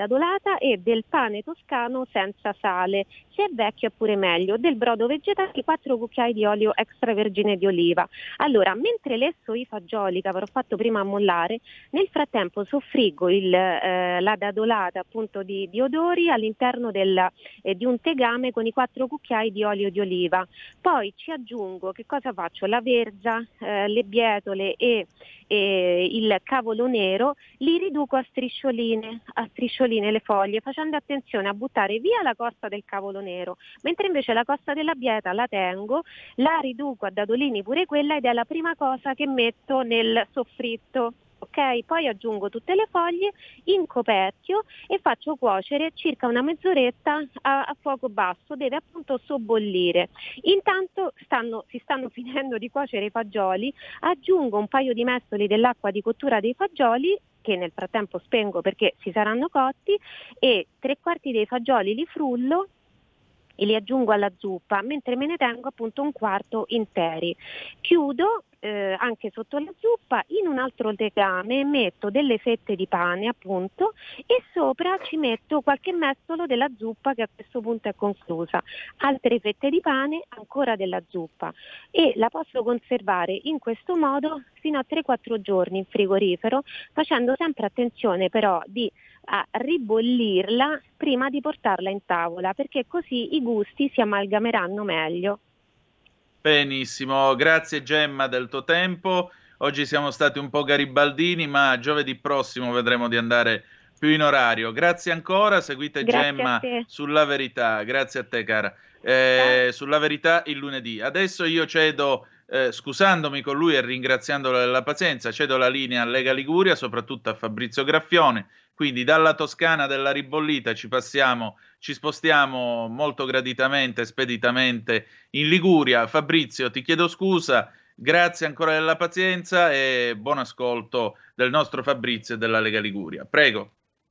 e del pane toscano senza sale, se è vecchio è pure meglio, del brodo vegetale, 4 cucchiai di olio extravergine di oliva. Allora, mentre lesso i fagioli che avrò fatto prima ammollare, nel frattempo soffriggo la dadolata appunto di odori all'interno di un tegame con i 4 cucchiai di olio di oliva. Poi ci aggiungo, che cosa faccio? La verza, le bietole e il cavolo nero, li riduco a striscioline le foglie, facendo attenzione a buttare via la costa del cavolo nero, mentre invece la costa della bieta la tengo, la riduco a dadolini pure quella, ed è la prima cosa che metto nel soffritto. Ok, poi aggiungo tutte le foglie in coperchio e faccio cuocere circa una mezz'oretta a fuoco basso, deve appunto sobbollire. Intanto si stanno finendo di cuocere i fagioli, aggiungo un paio di mestoli dell'acqua di cottura dei fagioli, che nel frattempo spengo perché si saranno cotti, e 3/4 dei fagioli li frullo e li aggiungo alla zuppa, mentre me ne tengo appunto 1/4 interi. Chiudo anche sotto la zuppa, in un altro tegame metto delle fette di pane appunto, e sopra ci metto qualche mestolo della zuppa che a questo punto è conclusa, altre fette di pane, ancora della zuppa, e la posso conservare in questo modo fino a 3-4 giorni in frigorifero, facendo sempre attenzione però a ribollirla prima di portarla in tavola, perché così i gusti si amalgameranno meglio. Benissimo, grazie Gemma del tuo tempo. Oggi siamo stati un po' garibaldini, ma giovedì prossimo vedremo di andare più in orario. Grazie ancora, seguite Gemma sulla Verità. Grazie a te cara. Sulla Verità il lunedì. Adesso io cedo, scusandomi con lui e ringraziandolo della pazienza, cedo la linea a Lega Liguria, soprattutto a Fabrizio Graffione. Quindi dalla Toscana della ribollita ci spostiamo molto graditamente, speditamente in Liguria. Fabrizio, ti chiedo scusa, grazie ancora della pazienza e buon ascolto del nostro Fabrizio e della Lega Liguria. Prego.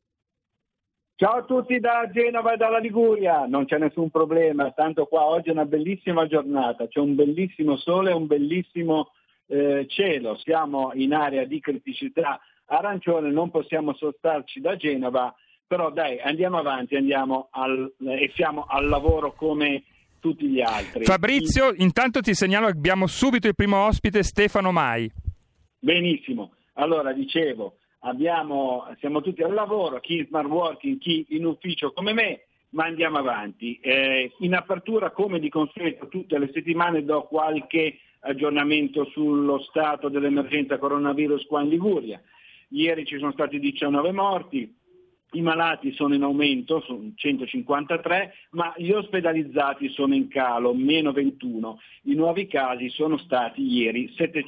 Ciao a tutti da Genova e dalla Liguria, non c'è nessun problema, tanto qua oggi è una bellissima giornata, c'è un bellissimo sole e un bellissimo cielo, siamo in area di criticità arancione, non possiamo spostarci da Genova, però dai, andiamo avanti, e siamo al lavoro come tutti gli altri. Fabrizio, intanto ti segnalo che abbiamo subito il primo ospite, Stefano Mai. Benissimo, allora dicevo, siamo tutti al lavoro, chi in smart working, chi in ufficio come me, ma andiamo avanti. In apertura, come di consueto, tutte le settimane do qualche aggiornamento sullo stato dell'emergenza coronavirus qua in Liguria. Ieri ci sono stati 19 morti, i malati sono in aumento, sono 153, ma gli ospedalizzati sono in calo, meno 21. I nuovi casi sono stati ieri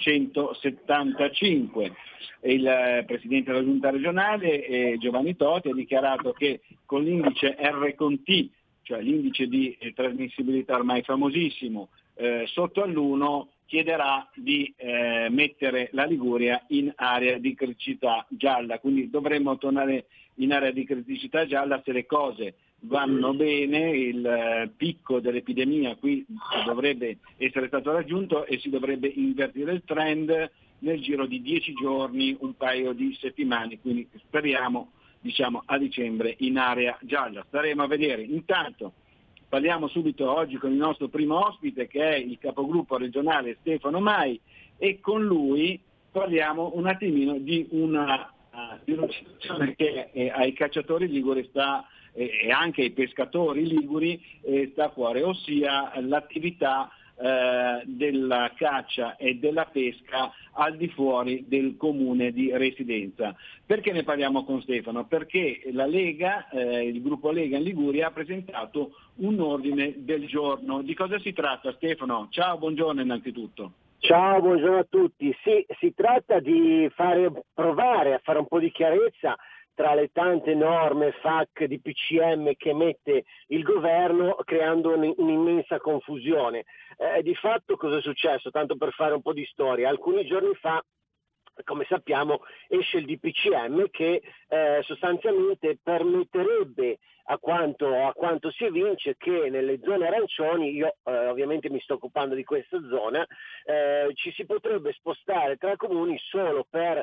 775. Il Presidente della Giunta regionale, Giovanni Toti, ha dichiarato che con l'indice R/T, cioè l'indice di trasmissibilità ormai famosissimo, sotto all'1, chiederà di mettere la Liguria in area di criticità gialla, quindi dovremmo tornare in area di criticità gialla se le cose vanno bene. Il picco dell'epidemia qui dovrebbe essere stato raggiunto e si dovrebbe invertire il trend nel giro di 10 giorni, un paio di settimane, quindi speriamo a dicembre in area gialla. Staremo a vedere. Intanto parliamo subito oggi con il nostro primo ospite, che è il capogruppo regionale Stefano Mai, e con lui parliamo un attimino di una situazione che ai cacciatori liguri e anche ai pescatori liguri sta a cuore, ossia l'attività della caccia e della pesca al di fuori del comune di residenza. Perché ne parliamo con Stefano? Perché la Lega, il gruppo Lega in Liguria, ha presentato un ordine del giorno. Di cosa si tratta, Stefano? Ciao, buongiorno innanzitutto. Ciao, buongiorno a tutti. Sì, si tratta di provare a fare un po' di chiarezza tra le tante norme, FAQ, di DPCM che emette il governo, creando un'immensa confusione. Di fatto cosa è successo? Tanto per fare un po' di storia, alcuni giorni fa, come sappiamo, esce il DPCM che sostanzialmente permetterebbe, a quanto si evince, che nelle zone arancioni, io ovviamente mi sto occupando di questa zona, ci si potrebbe spostare tra comuni solo per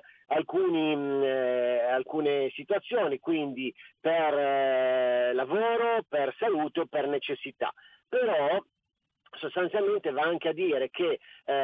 alcune situazioni, quindi per lavoro, per salute o per necessità. Però sostanzialmente va anche a dire che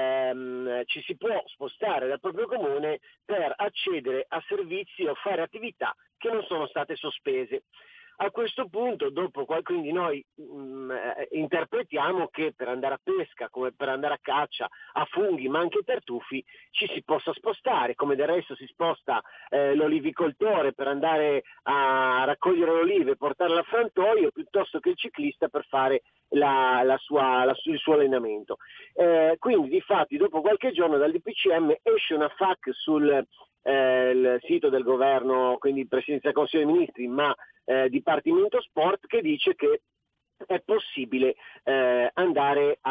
ci si può spostare dal proprio comune per accedere a servizi o fare attività che non sono state sospese. A questo punto, quindi noi interpretiamo che per andare a pesca, come per andare a caccia, a funghi, ma anche tartufi, ci si possa spostare, come del resto si sposta l'olivicoltore per andare a raccogliere le olive e portarle al frantoio, piuttosto che il ciclista per fare il suo allenamento. Quindi, difatti, dopo qualche giorno dal DPCM esce una FAQ sul il sito del governo, quindi Presidenza del Consiglio dei Ministri, ma Dipartimento Sport, che dice che è possibile andare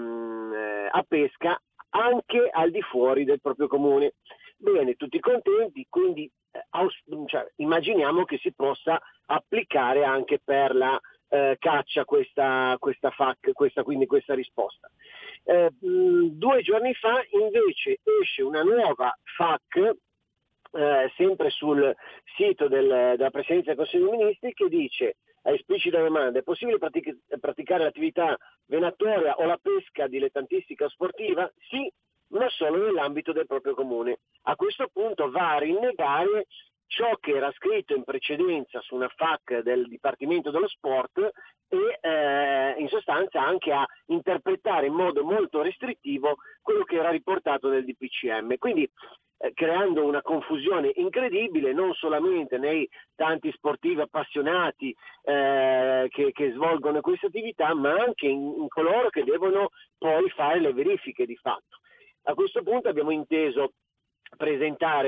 a pesca anche al di fuori del proprio comune. Bene, tutti contenti, quindi immaginiamo che si possa applicare anche per la caccia questa FAQ, questa risposta. 2 giorni fa invece esce una nuova FAQ, sempre sul sito della Presidenza del Consiglio dei Ministri, che dice, a esplicita domanda: è possibile praticare l'attività venatoria o la pesca dilettantistica o sportiva? Sì, ma solo nell'ambito del proprio comune. A questo punto va a rinnegare ciò che era scritto in precedenza su una FAQ del Dipartimento dello Sport e in sostanza anche a interpretare in modo molto restrittivo quello che era riportato nel DPCM. Quindi creando una confusione incredibile non solamente nei tanti sportivi appassionati che svolgono queste attività, ma anche in coloro che devono poi fare le verifiche di fatto. A questo punto abbiamo inteso presentare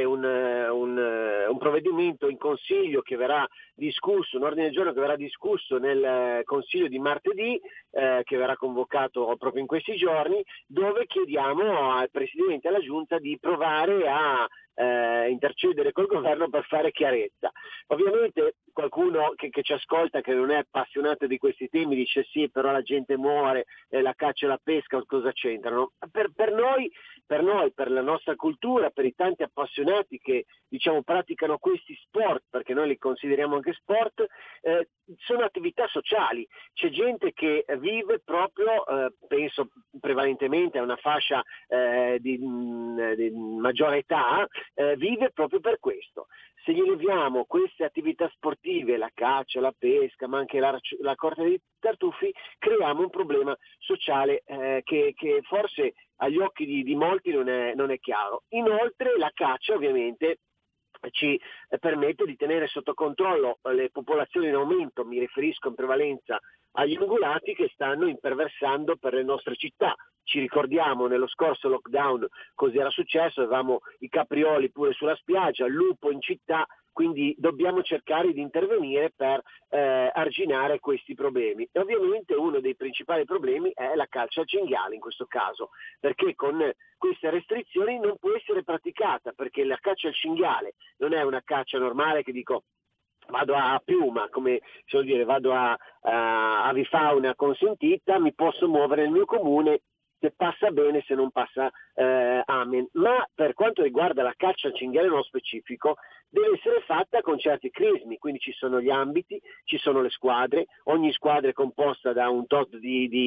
un provvedimento in consiglio che verrà discusso, un ordine del giorno che verrà discusso nel consiglio di martedì, che verrà convocato proprio in questi giorni, dove chiediamo al Presidente e alla Giunta di provare a intercedere col governo per fare chiarezza. Ovviamente qualcuno che ci ascolta, che non è appassionato di questi temi, dice sì, però la gente muore, la caccia e la pesca cosa c'entrano? Per noi, per la nostra cultura, per i tanti appassionati che praticano questi sport, perché noi li consideriamo che sport, sono attività sociali. C'è gente che vive proprio, penso prevalentemente a una fascia di maggiore età, vive proprio per questo. Se gli leviamo queste attività sportive, la caccia, la pesca, ma anche la corsa dei tartufi, creiamo un problema sociale che forse agli occhi di molti non è chiaro. Inoltre la caccia ovviamente ci permette di tenere sotto controllo le popolazioni in aumento, mi riferisco in prevalenza agli ungulati che stanno imperversando per le nostre città. Ci ricordiamo nello scorso lockdown cosa era successo, avevamo i caprioli pure sulla spiaggia, il lupo in città, quindi dobbiamo cercare di intervenire per arginare questi problemi. E ovviamente uno dei principali problemi è la caccia al cinghiale in questo caso, perché con queste restrizioni non può essere praticata, perché la caccia al cinghiale non è una caccia normale che dico vado a piuma, come si vuol dire, vado a avifauna consentita, mi posso muovere nel mio comune, se passa bene, se non passa amen. Ma per quanto riguarda la caccia al cinghiale nello specifico, deve essere fatta con certi crismi, quindi ci sono gli ambiti, ci sono le squadre, ogni squadra è composta da un tot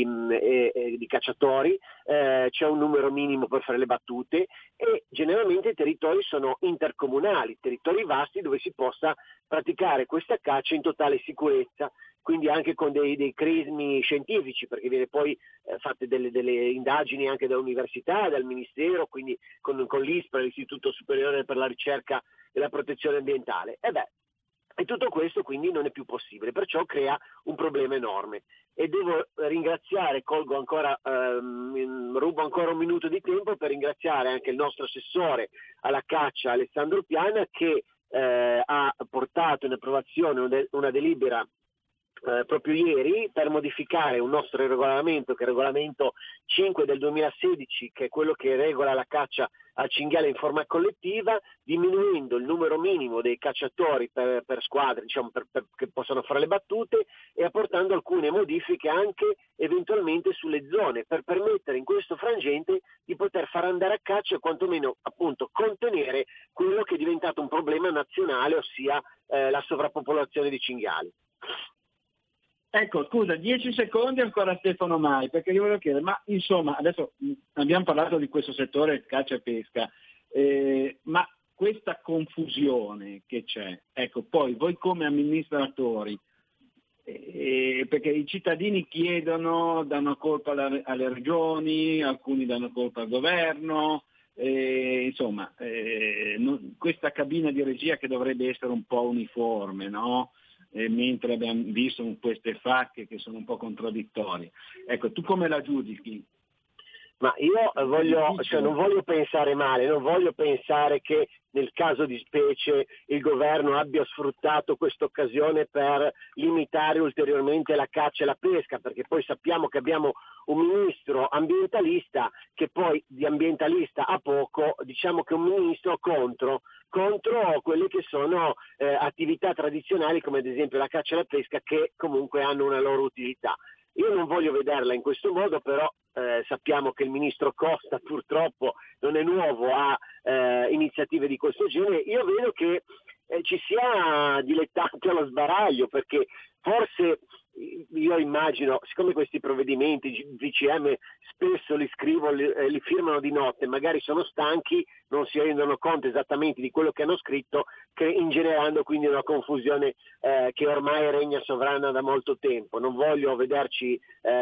di cacciatori, c'è un numero minimo per fare le battute e generalmente i territori sono intercomunali, territori vasti dove si possa praticare questa caccia in totale sicurezza, quindi anche con dei crismi scientifici, perché viene poi fatte delle indagini anche dall'università, dal ministero, quindi con l'ISPRA, l'Istituto Superiore per la Ricerca e la Protezione Ambientale. E tutto questo quindi non è più possibile, perciò crea un problema enorme. E devo ringraziare, rubo ancora un minuto di tempo per ringraziare anche il nostro assessore alla caccia Alessandro Piana, che ha portato in approvazione una delibera proprio ieri per modificare un nostro regolamento, che è il regolamento 5 del 2016, che è quello che regola la caccia al cinghiale in forma collettiva, diminuendo il numero minimo dei cacciatori per squadre, diciamo, che possono fare le battute, e apportando alcune modifiche anche eventualmente sulle zone, per permettere in questo frangente di poter far andare a caccia e quantomeno appunto contenere quello che è diventato un problema nazionale, ossia la sovrappopolazione di cinghiali. Ecco, scusa, 10 secondi ancora Stefano Mai, perché io volevo chiedere, ma insomma, adesso abbiamo parlato di questo settore caccia e pesca, ma questa confusione che c'è, ecco, poi voi come amministratori, perché i cittadini chiedono, danno colpa alle regioni, alcuni danno colpa al governo, insomma, questa cabina di regia che dovrebbe essere un po' uniforme, no? Mentre abbiamo visto queste facche che sono un po' contraddittorie. Ecco, tu come la giudichi? Ma io non voglio pensare male, non voglio pensare che nel caso di specie il governo abbia sfruttato questa occasione per limitare ulteriormente la caccia e la pesca, perché poi sappiamo che abbiamo un ministro ambientalista che poi di ambientalista ha poco, diciamo che è un ministro contro quelle che sono attività tradizionali come ad esempio la caccia e la pesca, che comunque hanno una loro utilità. Io non voglio vederla in questo modo, però sappiamo che il ministro Costa purtroppo non è nuovo a iniziative di questo genere. Io vedo che ci sia dilettanti allo sbaraglio, perché forse io immagino, siccome questi provvedimenti VCM spesso li scrivono, li firmano di notte, magari sono stanchi, non si rendono conto esattamente di quello che hanno scritto, ingenerando quindi una confusione che ormai regna sovrana da molto tempo. Non voglio vederci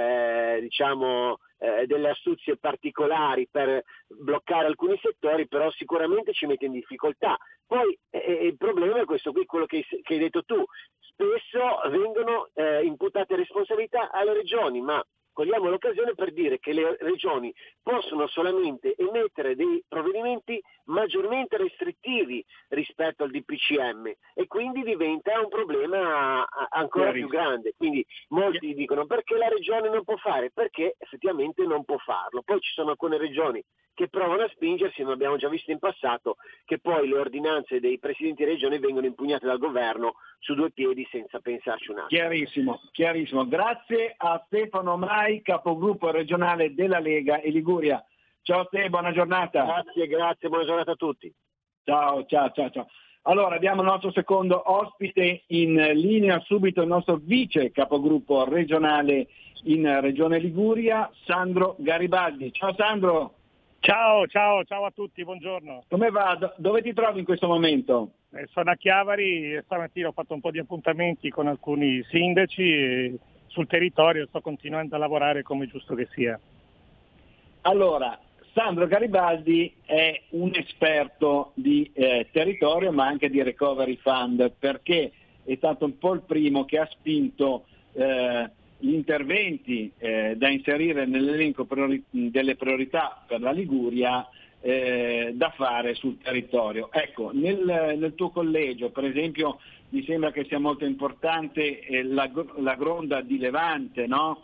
delle astuzie particolari per bloccare alcuni settori, però sicuramente ci mette in difficoltà. Poi il problema è questo qui, quello che hai detto tu: spesso vengono imputate responsabilità alle regioni, ma cogliamo l'occasione per dire che le regioni possono solamente emettere dei provvedimenti maggiormente restrittivi rispetto al DPCM, e quindi diventa un problema ancora più grande. Quindi molti dicono: perché la regione non può fare? Perché effettivamente non può farlo. Poi ci sono alcune regioni che provano a spingersi, ma abbiamo già visto in passato che poi le ordinanze dei presidenti di regione vengono impugnate dal governo su due piedi senza pensarci un attimo. Chiarissimo. Grazie a Stefano Mai, capogruppo regionale della Lega e Liguria. Ciao a te, buona giornata. Grazie, buona giornata a tutti. Ciao. Allora abbiamo il nostro secondo ospite in linea, subito il nostro vice capogruppo regionale in Regione Liguria, Sandro Garibaldi. Ciao Sandro. Ciao a tutti, buongiorno. Come va? Dove ti trovi in questo momento? Sono a Chiavari e stamattina ho fatto un po' di appuntamenti con alcuni sindaci e sul territorio sto continuando a lavorare come giusto che sia. Allora, Sandro Garibaldi è un esperto di territorio ma anche di Recovery Fund, perché è stato un po' il primo che ha spinto gli interventi da inserire nell'elenco delle priorità per la Liguria da fare sul territorio. Ecco, nel tuo collegio, per esempio, mi sembra che sia molto importante la Gronda di Levante, no?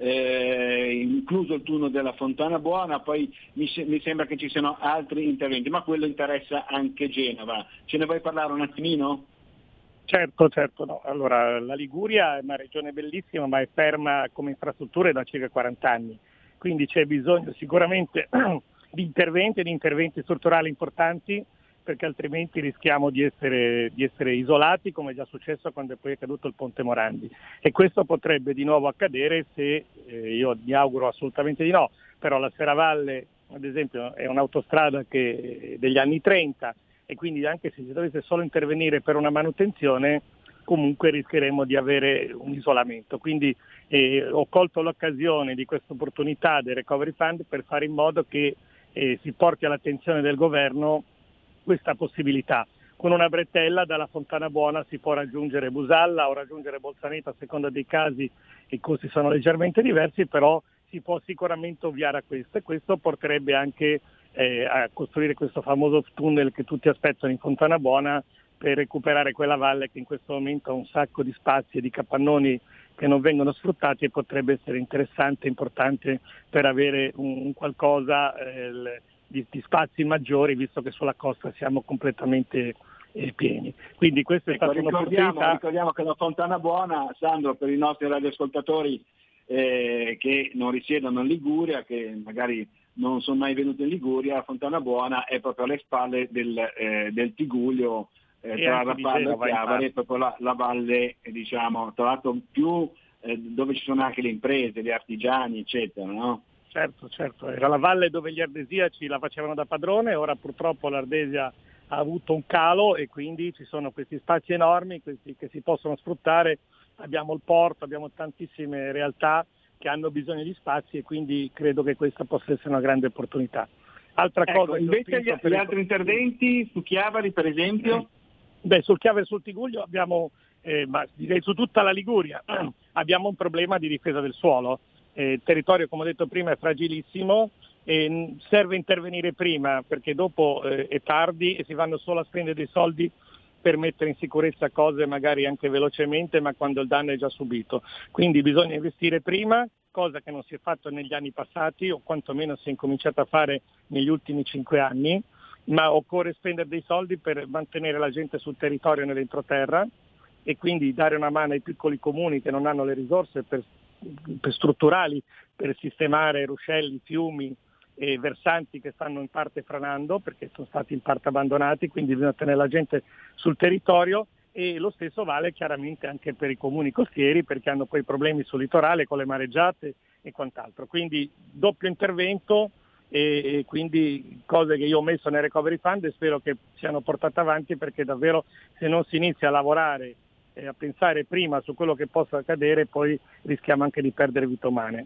Incluso il tunnel della Fontana Buona, poi mi sembra che ci siano altri interventi, ma quello interessa anche Genova. Ce ne vuoi parlare un attimino? Certo, no. Allora, la Liguria è una regione bellissima, ma è ferma come infrastrutture da circa 40 anni, quindi c'è bisogno sicuramente di interventi strutturali importanti, perché altrimenti rischiamo di essere isolati, come è già successo quando poi è caduto il Ponte Morandi, e questo potrebbe di nuovo accadere se, io mi auguro assolutamente di no, però la Serravalle ad esempio è un'autostrada che degli anni 30 e quindi anche se si dovesse solo intervenire per una manutenzione comunque rischieremo di avere un isolamento. Quindi ho colto l'occasione di questa opportunità del Recovery Fund per fare in modo che si porti all'attenzione del governo questa possibilità. Con una bretella dalla Fontana Buona si può raggiungere Busalla o raggiungere Bolzaneto a seconda dei casi, i costi sono leggermente diversi, però si può sicuramente ovviare a questo, e questo porterebbe anche a costruire questo famoso tunnel che tutti aspettano in Fontana Buona per recuperare quella valle che in questo momento ha un sacco di spazi e di capannoni che non vengono sfruttati, e potrebbe essere interessante e importante per avere un qualcosa di spazi maggiori, visto che sulla costa siamo completamente pieni. Quindi questa è stata un'opportunità. Ricordiamo che la Fontana Buona, Sandro, per i nostri radioascoltatori che non risiedono in Liguria, che magari non sono mai venuti in Liguria, la Fontana Buona è proprio alle spalle del Tigullio, tra Rapallo e Chiavari, è proprio la valle, diciamo, tra l'altro più dove ci sono anche le imprese, gli artigiani, eccetera, no? Certo, era la valle dove gli ardesiaci la facevano da padrone, ora purtroppo l'Ardesia ha avuto un calo e quindi ci sono questi spazi enormi che si possono sfruttare, abbiamo il porto, abbiamo tantissime realtà che hanno bisogno di spazi, e quindi credo che questa possa essere una grande opportunità. Altra cosa invece gli altri interventi su Chiavari, per esempio? Sul Chiavari e sul Tigullio abbiamo, ma direi su tutta la Liguria, abbiamo un problema di difesa del suolo. Il territorio, come ho detto prima, è fragilissimo e serve intervenire prima, perché dopo è tardi e si vanno solo a spendere dei soldi per mettere in sicurezza cose magari anche velocemente, ma quando il danno è già subito. Quindi bisogna investire prima, cosa che non si è fatto negli anni passati, o quantomeno si è incominciato a fare negli ultimi 5 anni, ma occorre spendere dei soldi per mantenere la gente sul territorio nell'entroterra e quindi dare una mano ai piccoli comuni che non hanno le risorse per strutturali per sistemare ruscelli, fiumi e versanti che stanno in parte franando perché sono stati in parte abbandonati, quindi bisogna tenere la gente sul territorio, e lo stesso vale chiaramente anche per i comuni costieri perché hanno poi problemi sul litorale con le mareggiate e quant'altro. Quindi doppio intervento e quindi cose che io ho messo nel Recovery Fund e spero che siano portate avanti, perché davvero se non si inizia a lavorare e a pensare prima su quello che possa accadere poi rischiamo anche di perdere vite umane.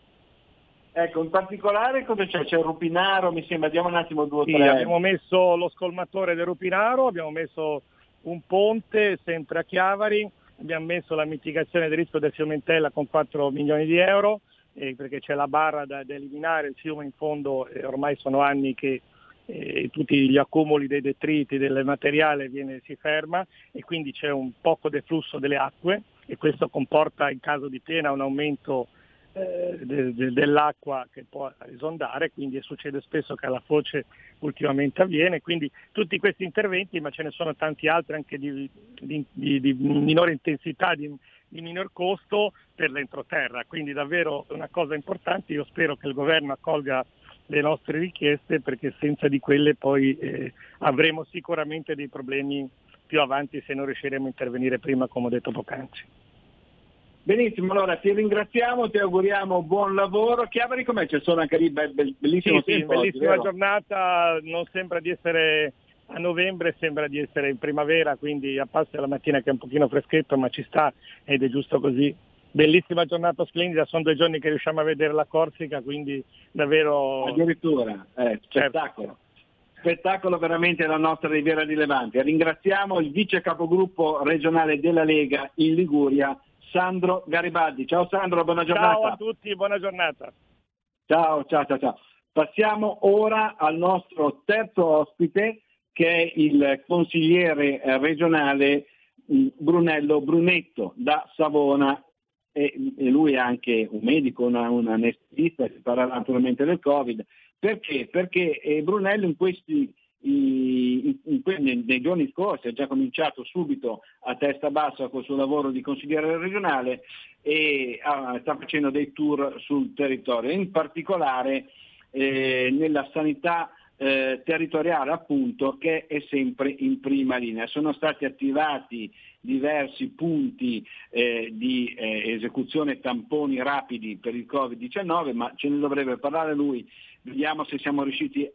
Ecco, in particolare cosa c'è? C'è il Rupinaro, mi sembra, diamo un attimo 2 o 3. Sì, abbiamo messo lo scolmatore del Rupinaro, abbiamo messo un ponte sempre a Chiavari, abbiamo messo la mitigazione del rischio del Fiomentella con 4 milioni di euro, perché c'è la barra da eliminare, il fiume in fondo ormai sono anni che tutti gli accumuli dei detriti, del materiale si ferma e quindi c'è un poco deflusso delle acque, e questo comporta in caso di piena un aumento dell'acqua che può esondare, quindi succede spesso che alla foce ultimamente avviene. Quindi tutti questi interventi, ma ce ne sono tanti altri anche di minore intensità, di minor costo per l'entroterra, quindi davvero una cosa importante. Io spero che il governo accolga le nostre richieste, perché senza di quelle poi avremo sicuramente dei problemi più avanti se non riusciremo a intervenire prima, come ho detto poc'anzi. Benissimo, allora ti ringraziamo, ti auguriamo buon lavoro. Chiavari com'è? C'è solo anche lì bellissimo Sì, bellissima giornata, non sembra di essere a novembre, sembra di essere in primavera, quindi a parte la mattina che è un pochino freschetto, ma ci sta ed è giusto così. Bellissima giornata, splendida, sono 2 giorni che riusciamo a vedere la Corsica, quindi davvero... Addirittura, spettacolo. Spettacolo veramente la nostra Riviera di Levante. Ringraziamo il vice capogruppo regionale della Lega in Liguria, Sandro Garibaldi. Ciao Sandro, buona giornata. Ciao a tutti, buona giornata. Ciao. Passiamo ora al nostro terzo ospite, che è il consigliere regionale Brunello Brunetto da Savona. E lui è anche un medico, un anestesista, si parla naturalmente del Covid. Perché? Perché Brunello nei giorni scorsi ha già cominciato subito a testa bassa col suo lavoro di consigliere regionale e sta facendo dei tour sul territorio, in particolare nella sanità territoriale, appunto, che è sempre in prima linea. Sono stati attivati diversi punti di esecuzione tamponi rapidi per il Covid-19, ma ce ne dovrebbe parlare lui. Vediamo se siamo riusciti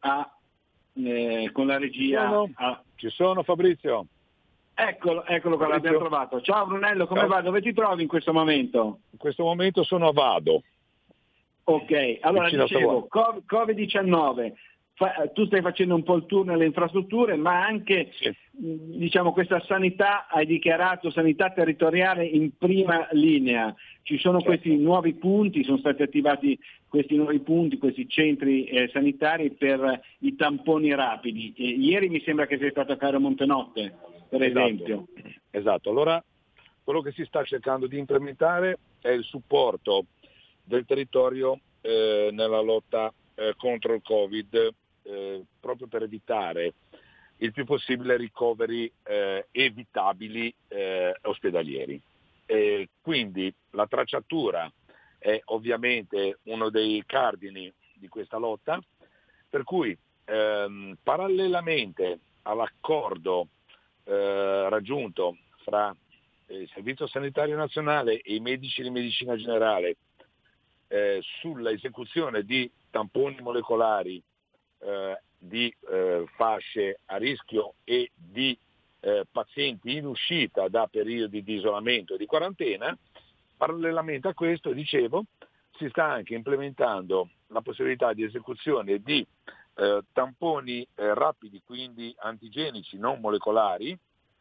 con la regia. Ci sono Fabrizio. Eccolo qua, l'abbiamo trovato. Ciao Brunello, come va? Dove ti trovi in questo momento? In questo momento sono a Vado. Ok, allora dicevo, Covid-19, tu stai facendo un po' il tour nelle infrastrutture, ma anche diciamo questa sanità, hai dichiarato sanità territoriale in prima linea. Ci sono questi nuovi punti, sono stati attivati questi nuovi punti, questi centri sanitari per i tamponi rapidi. Ieri mi sembra che sei stato a Cairo Montenotte, per esempio. Esatto, allora quello che si sta cercando di implementare è il supporto del territorio nella lotta contro il Covid, proprio per evitare il più possibile ricoveri evitabili ospedalieri. Quindi la tracciatura è ovviamente uno dei cardini di questa lotta, per cui parallelamente all'accordo raggiunto fra il Servizio Sanitario Nazionale e i medici di medicina generale sulla esecuzione di tamponi molecolari di fasce a rischio e di pazienti in uscita da periodi di isolamento e di quarantena, parallelamente a questo, dicevo, si sta anche implementando la possibilità di esecuzione di tamponi rapidi, quindi antigenici non molecolari,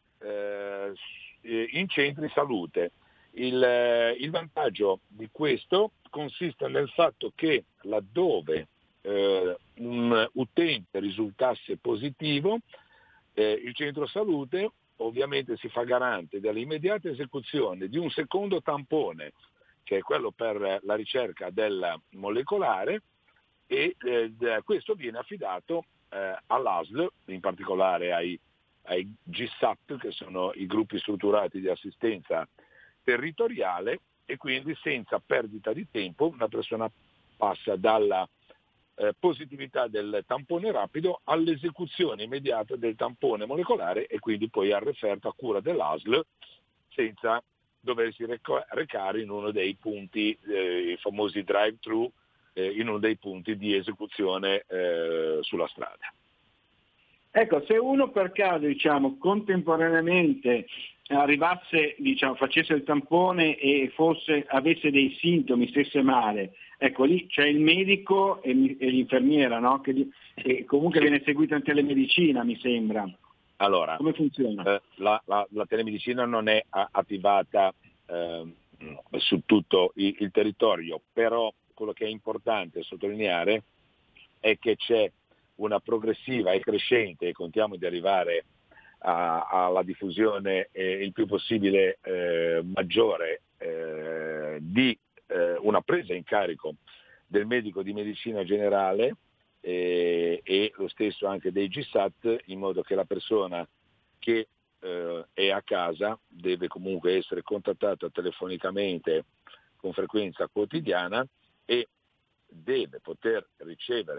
in centri salute. Il vantaggio di questo consiste nel fatto che laddove un utente risultasse positivo, il centro salute ovviamente si fa garante dell'immediata esecuzione di un secondo tampone, che è quello per la ricerca del molecolare, e questo viene affidato all'ASL, in particolare ai GSAT, che sono i gruppi strutturati di assistenza territoriale, e quindi senza perdita di tempo una persona passa dalla positività del tampone rapido all'esecuzione immediata del tampone molecolare e quindi poi al referto a cura dell'ASL senza doversi recare in uno dei punti, i famosi drive-thru, in uno dei punti di esecuzione sulla strada. Ecco, se uno per caso, contemporaneamente arrivasse, facesse il tampone e avesse dei sintomi, stesse male, ecco lì c'è il medico e l'infermiera, no? Che comunque viene seguito in telemedicina, mi sembra. Allora, come funziona? La telemedicina non è attivata su tutto il territorio, però quello che è importante sottolineare è che c'è una progressiva e crescente, e contiamo di arrivare alla diffusione il più possibile maggiore di una presa in carico del medico di medicina generale e lo stesso anche dei GSAT, in modo che la persona che è a casa deve comunque essere contattata telefonicamente con frequenza quotidiana e deve poter ricevere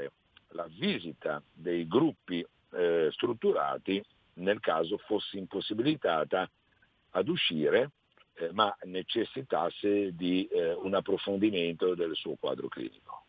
la visita dei gruppi strutturati nel caso fosse impossibilitata ad uscire, ma necessitasse di un approfondimento del suo quadro clinico.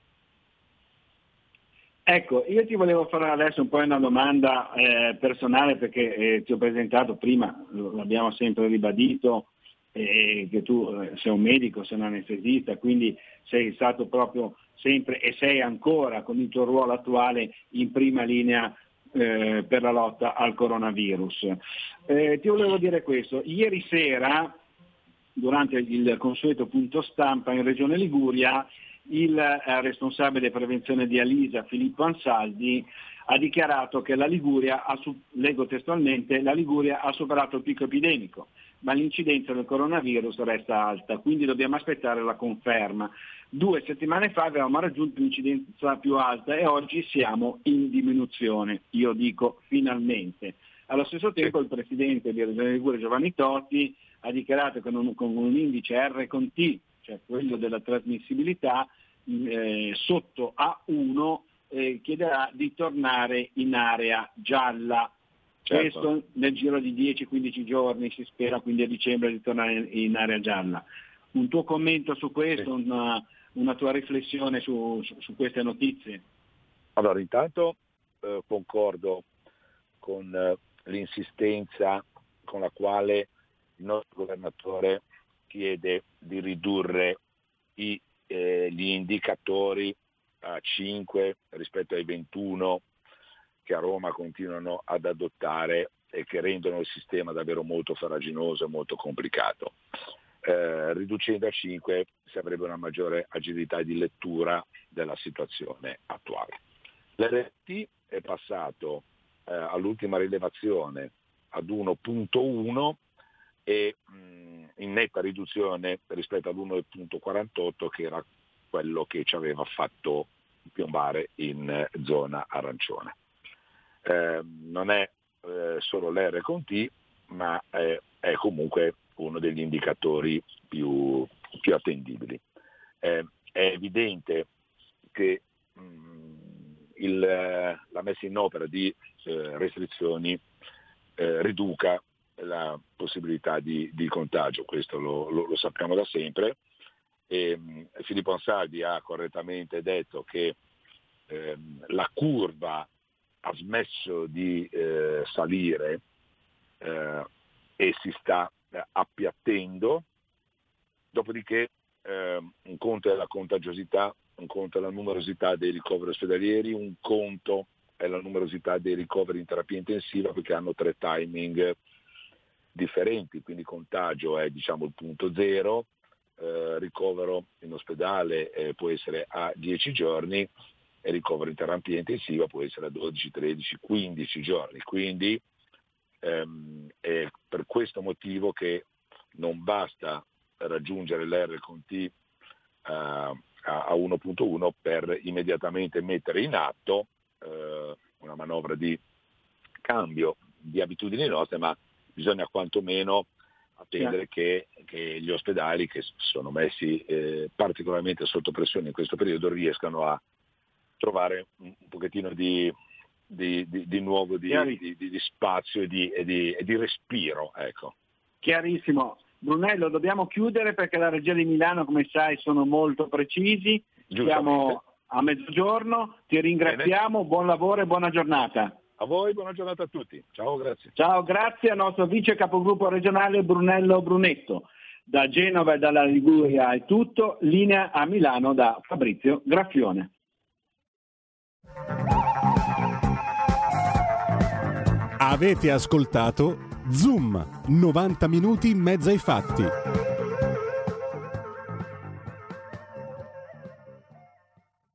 Ecco, io ti volevo fare adesso un po' una domanda personale, perché ti ho presentato prima, l'abbiamo sempre ribadito, che tu sei un medico, sei un anestesista, quindi sei stato proprio sempre e sei ancora con il tuo ruolo attuale in prima linea per la lotta al coronavirus. Ti volevo dire questo: ieri sera, durante il consueto punto stampa in Regione Liguria, il responsabile prevenzione di Alisa, Filippo Ansaldi, ha dichiarato che la Liguria leggo testualmente, la Liguria ha superato il picco epidemico, ma l'incidenza del coronavirus resta alta, quindi dobbiamo aspettare la conferma. 2 settimane fa avevamo raggiunto l'incidenza più alta e oggi siamo in diminuzione. Io dico finalmente. Allo stesso tempo il presidente di Regione Liguria, Giovanni Toti, ha dichiarato che con un indice R con T, cioè quello della trasmissibilità, sotto A1, chiederà di tornare in area gialla. Certo. Questo nel giro di 10-15 giorni, si spera quindi a dicembre di tornare in area gialla. Un tuo commento su questo, sì. Una tua riflessione su queste notizie? Allora, intanto concordo con l'insistenza con la quale il nostro governatore chiede di ridurre gli indicatori a 5 rispetto ai 21 che a Roma continuano ad adottare e che rendono il sistema davvero molto farraginoso e molto complicato. Riducendo a 5 si avrebbe una maggiore agilità di lettura della situazione attuale. L'RT è passato all'ultima rilevazione ad 1.1 e in netta riduzione rispetto all'1.48 che era quello che ci aveva fatto piombare in zona arancione. Non è solo l'R con T, ma è comunque uno degli indicatori più attendibili. È evidente che la messa in opera di restrizioni riduca la possibilità di contagio, questo lo sappiamo da sempre. Filippo Ansaldi ha correttamente detto che la curva ha smesso di salire e si sta appiattendo, dopodiché un conto è la contagiosità, un conto è la numerosità dei ricoveri ospedalieri, un conto è la numerosità dei ricoveri in terapia intensiva, perché hanno 3 timing differenti, quindi contagio è il punto 0, ricovero in ospedale può essere a 10 giorni e ricovero in terapia intensiva può essere a 12, 13, 15 giorni. Quindi è per questo motivo che non basta raggiungere l'R con T a 1.1 per immediatamente mettere in atto una manovra di cambio di abitudini nostre, ma bisogna quantomeno attendere che gli ospedali, che sono messi particolarmente sotto pressione in questo periodo, riescano a trovare un pochettino di nuovo di spazio e di respiro. Ecco. Chiarissimo. Brunello, dobbiamo chiudere perché la regia di Milano, come sai, sono molto precisi. Siamo a mezzogiorno, ti ringraziamo, buon lavoro e buona giornata. A voi, buona giornata a tutti. Ciao, grazie. Ciao, grazie al nostro vice capogruppo regionale Brunello Brunetto. Da Genova e dalla Liguria è tutto, linea a Milano da Fabrizio Graffione. Avete ascoltato Zoom, 90 minuti in mezzo ai fatti.